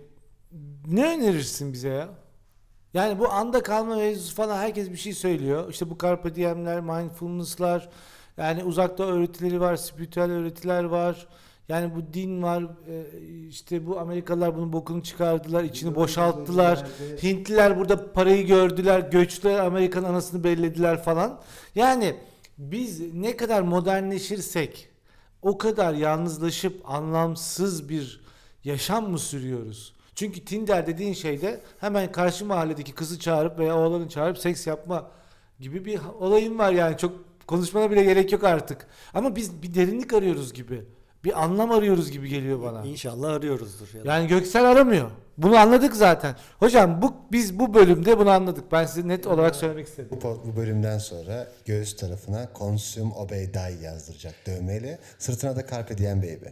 Speaker 1: ne önerirsin bize ya? Yani bu anda kalma mevzusu falan herkes bir şey söylüyor. İşte bu carpe diem'ler, mindfulness'lar, yani uzakta öğretileri var, spiritüel öğretiler var. Yani bu din var. İşte bu Amerikalılar bunun bokunu çıkardılar, içini boşalttılar. Hintliler burada parayı gördüler, göçler, Amerika'nın anasını bellediler falan. Yani biz ne kadar modernleşirsek o kadar yalnızlaşıp anlamsız bir yaşam mı sürüyoruz? Çünkü Tinder dediğin şeyde hemen karşı mahalledeki kızı çağırıp veya oğlanı çağırıp seks yapma gibi bir olayım var yani. Çok konuşmana bile gerek yok artık. Ama biz bir derinlik arıyoruz gibi. Bir anlam arıyoruz gibi geliyor bana.
Speaker 3: İnşallah arıyoruzdur. Ya
Speaker 1: yani Göksel aramıyor. Bunu anladık zaten. Hocam bu biz bu bölümde bunu anladık. Ben size net olarak söylemek istedim.
Speaker 2: Bu, bu bölümden sonra göğüs tarafına Consume Obey Die yazdıracak dövmeyle. Sırtına da Carpe Diem Baby.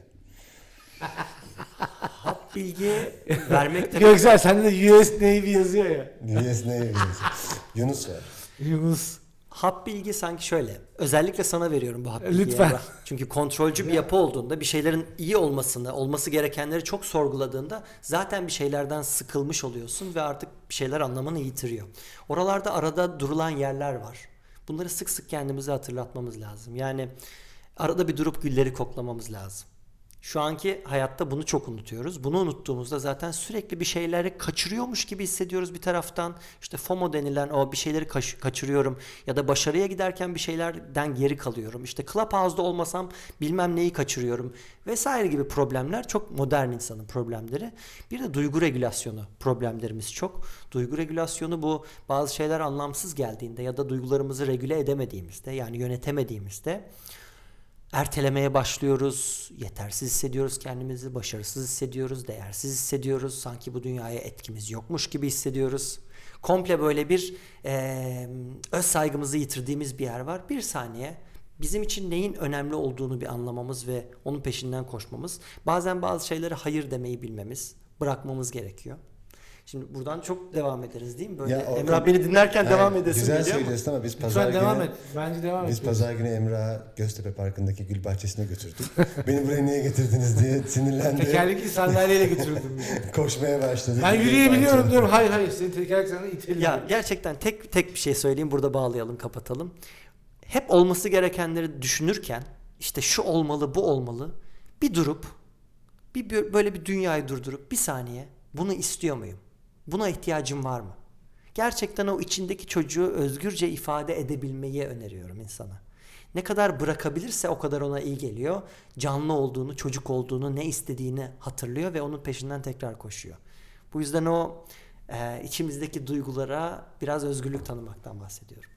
Speaker 3: Hap bilgi vermek de...
Speaker 1: Göksel sende de U S Navy yazıyor ya.
Speaker 2: U S Navy. Yunus var.
Speaker 1: Yunus.
Speaker 3: Hap bilgi sanki şöyle. Özellikle sana veriyorum bu hap bilgiyi.
Speaker 1: Lütfen.
Speaker 3: Ya. Çünkü kontrolcü bir yapı olduğunda, bir şeylerin iyi olmasını, olması gerekenleri çok sorguladığında zaten bir şeylerden sıkılmış oluyorsun ve artık bir şeyler anlamını yitiriyor. Oralarda arada durulan yerler var. Bunları sık sık kendimize hatırlatmamız lazım. Yani arada bir durup gülleri koklamamız lazım. Şu anki hayatta bunu çok unutuyoruz. Bunu unuttuğumuzda zaten sürekli bir şeyleri kaçırıyormuş gibi hissediyoruz bir taraftan. İşte FOMO denilen o bir şeyleri kaç- kaçırıyorum ya da başarıya giderken bir şeylerden geri kalıyorum. İşte Clubhouse'da olmasam bilmem neyi kaçırıyorum vesaire gibi problemler çok modern insanın problemleri. Bir de duygu regülasyonu problemlerimiz çok. Duygu regülasyonu bu bazı şeyler anlamsız geldiğinde ya da duygularımızı regüle edemediğimizde yani yönetemediğimizde ertelemeye başlıyoruz, yetersiz hissediyoruz kendimizi, başarısız hissediyoruz, değersiz hissediyoruz, sanki bu dünyaya etkimiz yokmuş gibi hissediyoruz. Komple böyle bir e, öz saygımızı yitirdiğimiz bir yer var. Bir saniye bizim için neyin önemli olduğunu bir anlamamız ve onun peşinden koşmamız, bazen bazı şeylere hayır demeyi bilmemiz, bırakmamız gerekiyor. Şimdi buradan çok devam ederiz değil mi? Böyle
Speaker 2: Ya,
Speaker 3: Emrah beni dinlerken
Speaker 2: yani
Speaker 3: devam edesin
Speaker 2: güzel
Speaker 3: geliyor
Speaker 2: söylüyorsun ama biz pazar
Speaker 1: Lütfen
Speaker 2: günü
Speaker 1: devam et. Bence devam et.
Speaker 2: biz pazar günü Emrah'ı Göztepe Parkı'ndaki gül bahçesine götürdük. Beni buraya niye getirdiniz diye sinirlendi.
Speaker 1: Tekerlekli sandalyeyle götürdüm.
Speaker 2: Koşmaya başladı.
Speaker 1: Ben yürüyebiliyorum diyorum. Hayır hayır senin tekerlekli sandalye itelim.
Speaker 3: Ya gerçekten tek tek bir şey söyleyeyim, burada bağlayalım, kapatalım. Hep olması gerekenleri düşünürken işte şu olmalı, bu olmalı. Bir durup bir böyle bir dünyayı durdurup bir saniye bunu istiyor muyum? Buna ihtiyacım var mı? Gerçekten o içindeki çocuğu özgürce ifade edebilmeyi öneriyorum insana. Ne kadar bırakabilirse o kadar ona iyi geliyor. Canlı olduğunu, çocuk olduğunu, ne istediğini hatırlıyor ve onun peşinden tekrar koşuyor. Bu yüzden o e, içimizdeki duygulara biraz özgürlük tanımaktan bahsediyorum.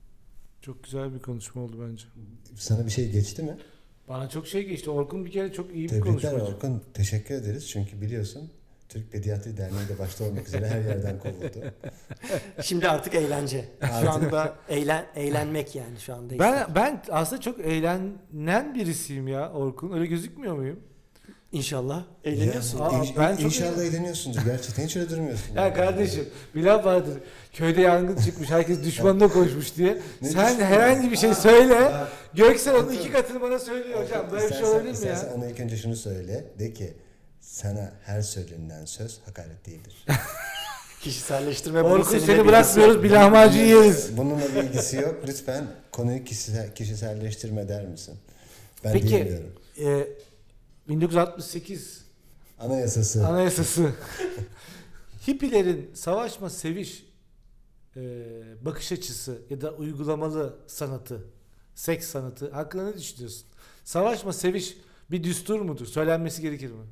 Speaker 1: Çok güzel bir konuşma oldu bence.
Speaker 2: Sana bir şey geçti mi?
Speaker 1: Bana çok şey geçti. Orkun bir kere çok iyi bir
Speaker 2: Tebrikler
Speaker 1: konuşmacı.
Speaker 2: Orkun. Teşekkür ederiz. Çünkü biliyorsun Türk Pediatri Derneği de başta olmak üzere her yerden kovuldu.
Speaker 3: Şimdi artık eğlence. Şu anda eğlen, eğlenmek yani şu anda.
Speaker 1: Ben ben aslında çok eğlenen birisiyim ya Orkun. Öyle gözükmüyor muyum?
Speaker 3: İnşallah eğleniyorsun.
Speaker 1: Aa,
Speaker 2: İn-
Speaker 1: ben çok
Speaker 2: İnşallah
Speaker 1: iyi-
Speaker 2: eğleniyorsundur gerçekten. Hiç öyle durmuyorsun.
Speaker 1: Ya kardeşim bir laf vardır. Köyde yangın çıkmış, herkes düşmanına koşmuş diye.
Speaker 2: Ne
Speaker 1: Sen
Speaker 2: düşmanı?
Speaker 1: herhangi bir şey
Speaker 2: Aa,
Speaker 1: söyle.
Speaker 2: aa.
Speaker 1: Göksel onun iki katını bana söylüyor hocam. Böyle bir şey
Speaker 2: İstersen-
Speaker 1: olabilir mi
Speaker 2: istersen
Speaker 1: ya?
Speaker 2: ona ilk önce şunu söyle. De ki sana her söylenilen söz hakaret değildir.
Speaker 3: Kişiselleştirme bunu
Speaker 1: Orkun
Speaker 3: seninle
Speaker 1: seni
Speaker 3: birlikte-
Speaker 1: bırakmıyoruz, bir lahmacun yeriz.
Speaker 2: Bununla bir ilgisi yok. Lütfen konuyu kişisel, kişiselleştirme der misin? Ben
Speaker 1: Peki
Speaker 2: diyemiyorum.
Speaker 1: e, bin dokuz yüz altmış sekiz
Speaker 2: Anayasası.
Speaker 1: Anayasası hippilerin savaşma seviş e, bakış açısı ya da uygulamalı sanatı, seks sanatı hakkında ne düşünüyorsun? Savaşma seviş bir düstur mudur? Söylenmesi gerekir mi?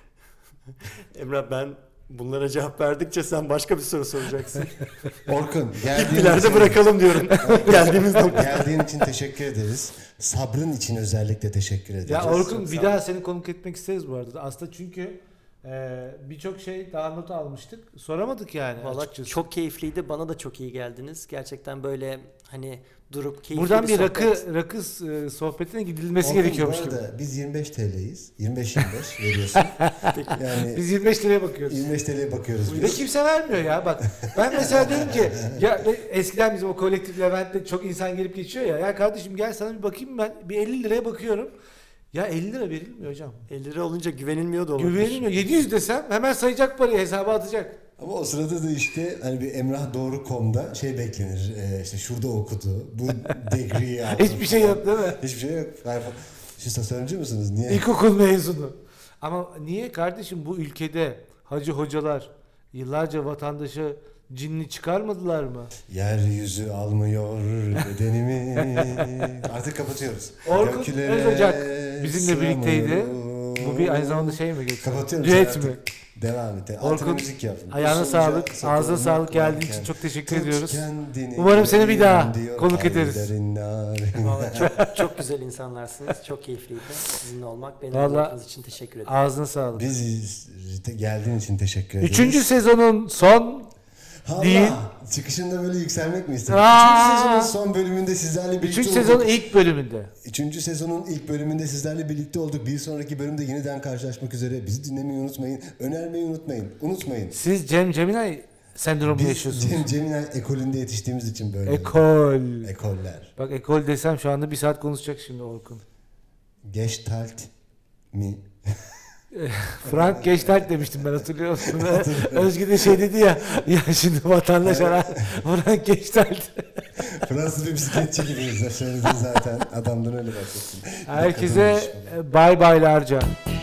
Speaker 3: Emrah, ben bunlara cevap verdikçe sen başka bir soru soracaksın.
Speaker 2: Orkun geldiğin
Speaker 3: Hippilerde
Speaker 2: için,
Speaker 3: bırakalım diyorum. Geldiğimiz nokta.
Speaker 2: geldiğin için teşekkür ederiz. Sabrın için özellikle teşekkür ederiz.
Speaker 1: Ya Orkun
Speaker 3: Çok
Speaker 1: bir
Speaker 3: sağ
Speaker 1: daha seni konuk etmek isteriz bu arada. Aslında çünkü e, birçok şey daha not almıştık. Soramadık yani
Speaker 3: Valla
Speaker 1: açıkçası.
Speaker 3: çok keyifliydi. Bana da çok iyi geldiniz. Gerçekten böyle hani durup keyifli
Speaker 1: Buradan bir
Speaker 3: sohbet.
Speaker 1: rakı rakı e, sohbetine gidilmesi
Speaker 2: Orkun,
Speaker 1: gerekiyormuş
Speaker 2: bu
Speaker 1: gibi.
Speaker 2: arada biz yirmi beş T L'yiz. yirmi beş yirmi beş veriyorsun. Yani
Speaker 1: Biz yirmi beş liraya bakıyoruz.
Speaker 2: yirmi beş T L'ye bakıyoruz
Speaker 1: Ve
Speaker 2: biz.
Speaker 1: kimse vermiyor ya bak. Ben mesela diyorum ki ya eskiden bizim o kolektif Levent'te çok insan gelip geçiyor ya. Ya kardeşim gel sana bir bakayım, ben bir elli liraya bakıyorum. Ya elli lira verilmiyor hocam.
Speaker 3: elli lira olunca güvenilmiyor da olabilir.
Speaker 1: Güvenilmiyor. yedi yüz desem hemen sayacak parayı, hesaba atacak.
Speaker 2: Ama o sırada da işte hani bir Emrah Doğru nokta com'da şey beklenir. E, işte şurada okudu. Bu degree'yi aldı.
Speaker 1: Hiçbir şey yok değil mi?
Speaker 2: Hiçbir şey yok. Yani, siz tasarımcı mısınız? Niye?
Speaker 1: İlkokul mezunu. Ama niye kardeşim bu ülkede hacı hocalar yıllarca vatandaşı cinni çıkarmadılar mı?
Speaker 2: Yeryüzü almıyor bedenimi. Artık kapatıyoruz.
Speaker 1: Orkun
Speaker 2: Göklere
Speaker 1: Özocak bizimle birlikteydi.
Speaker 2: sığamıyorum.
Speaker 1: Bu bir aynı zamanda şey mi geçti?
Speaker 2: Kapatıyoruz
Speaker 1: Düet
Speaker 2: artık.
Speaker 1: mi?
Speaker 2: Devam et.
Speaker 1: Orkun,
Speaker 2: Altına müzik yapın.
Speaker 1: Ayağına
Speaker 2: Usulca
Speaker 1: sağlık,
Speaker 2: sakın
Speaker 1: ağzına sağlık, geldiğin
Speaker 2: varken
Speaker 1: için çok teşekkür
Speaker 2: tut
Speaker 1: ediyoruz.
Speaker 2: kendini
Speaker 1: Umarım seni bir daha
Speaker 2: diyor,
Speaker 1: konuk ederiz.
Speaker 2: kayderin narin.
Speaker 3: Vallahi çok, çok güzel insanlarsınız. Çok keyifliydi sizinle olmak. Beni
Speaker 1: Vallahi-
Speaker 3: anlattığınız için teşekkür ederim.
Speaker 1: Ağzına sağlık.
Speaker 2: Biz geldiğin için teşekkür ederiz.
Speaker 1: Üçüncü sezonun son
Speaker 2: Allah!
Speaker 1: değil.
Speaker 2: Çıkışında böyle yükselmek mi istedin?
Speaker 1: Aa!
Speaker 2: Üçüncü sezonun son bölümünde sizlerle birlikte
Speaker 1: Üçüncü
Speaker 2: olduk.
Speaker 1: sezonun ilk bölümünde.
Speaker 2: Üçüncü sezonun ilk bölümünde sizlerle birlikte olduk. Bir sonraki bölümde yeniden karşılaşmak üzere. Bizi dinlemeyi unutmayın. Önermeyi unutmayın. Unutmayın.
Speaker 1: Siz Cem Cemilay sendromu
Speaker 2: Biz
Speaker 1: yaşıyorsunuz.
Speaker 2: Cem Cemilay ekolünde yetiştiğimiz için böyle.
Speaker 1: Ekol.
Speaker 2: Ekoller.
Speaker 1: Bak ekol desem şu anda bir saat konuşacak şimdi Orkun.
Speaker 2: Gestalt mi?
Speaker 1: Frank Gestalt demiştim ben, hatırlıyor musun? Özgü de şey dedi ya, ya şimdi vatandaş ara Frank Gestalt.
Speaker 2: Fransız bir bisikletçi gibiyiz. Söyledin zaten. Adamdan öyle bahsettin.
Speaker 1: Herkese bay baylarca.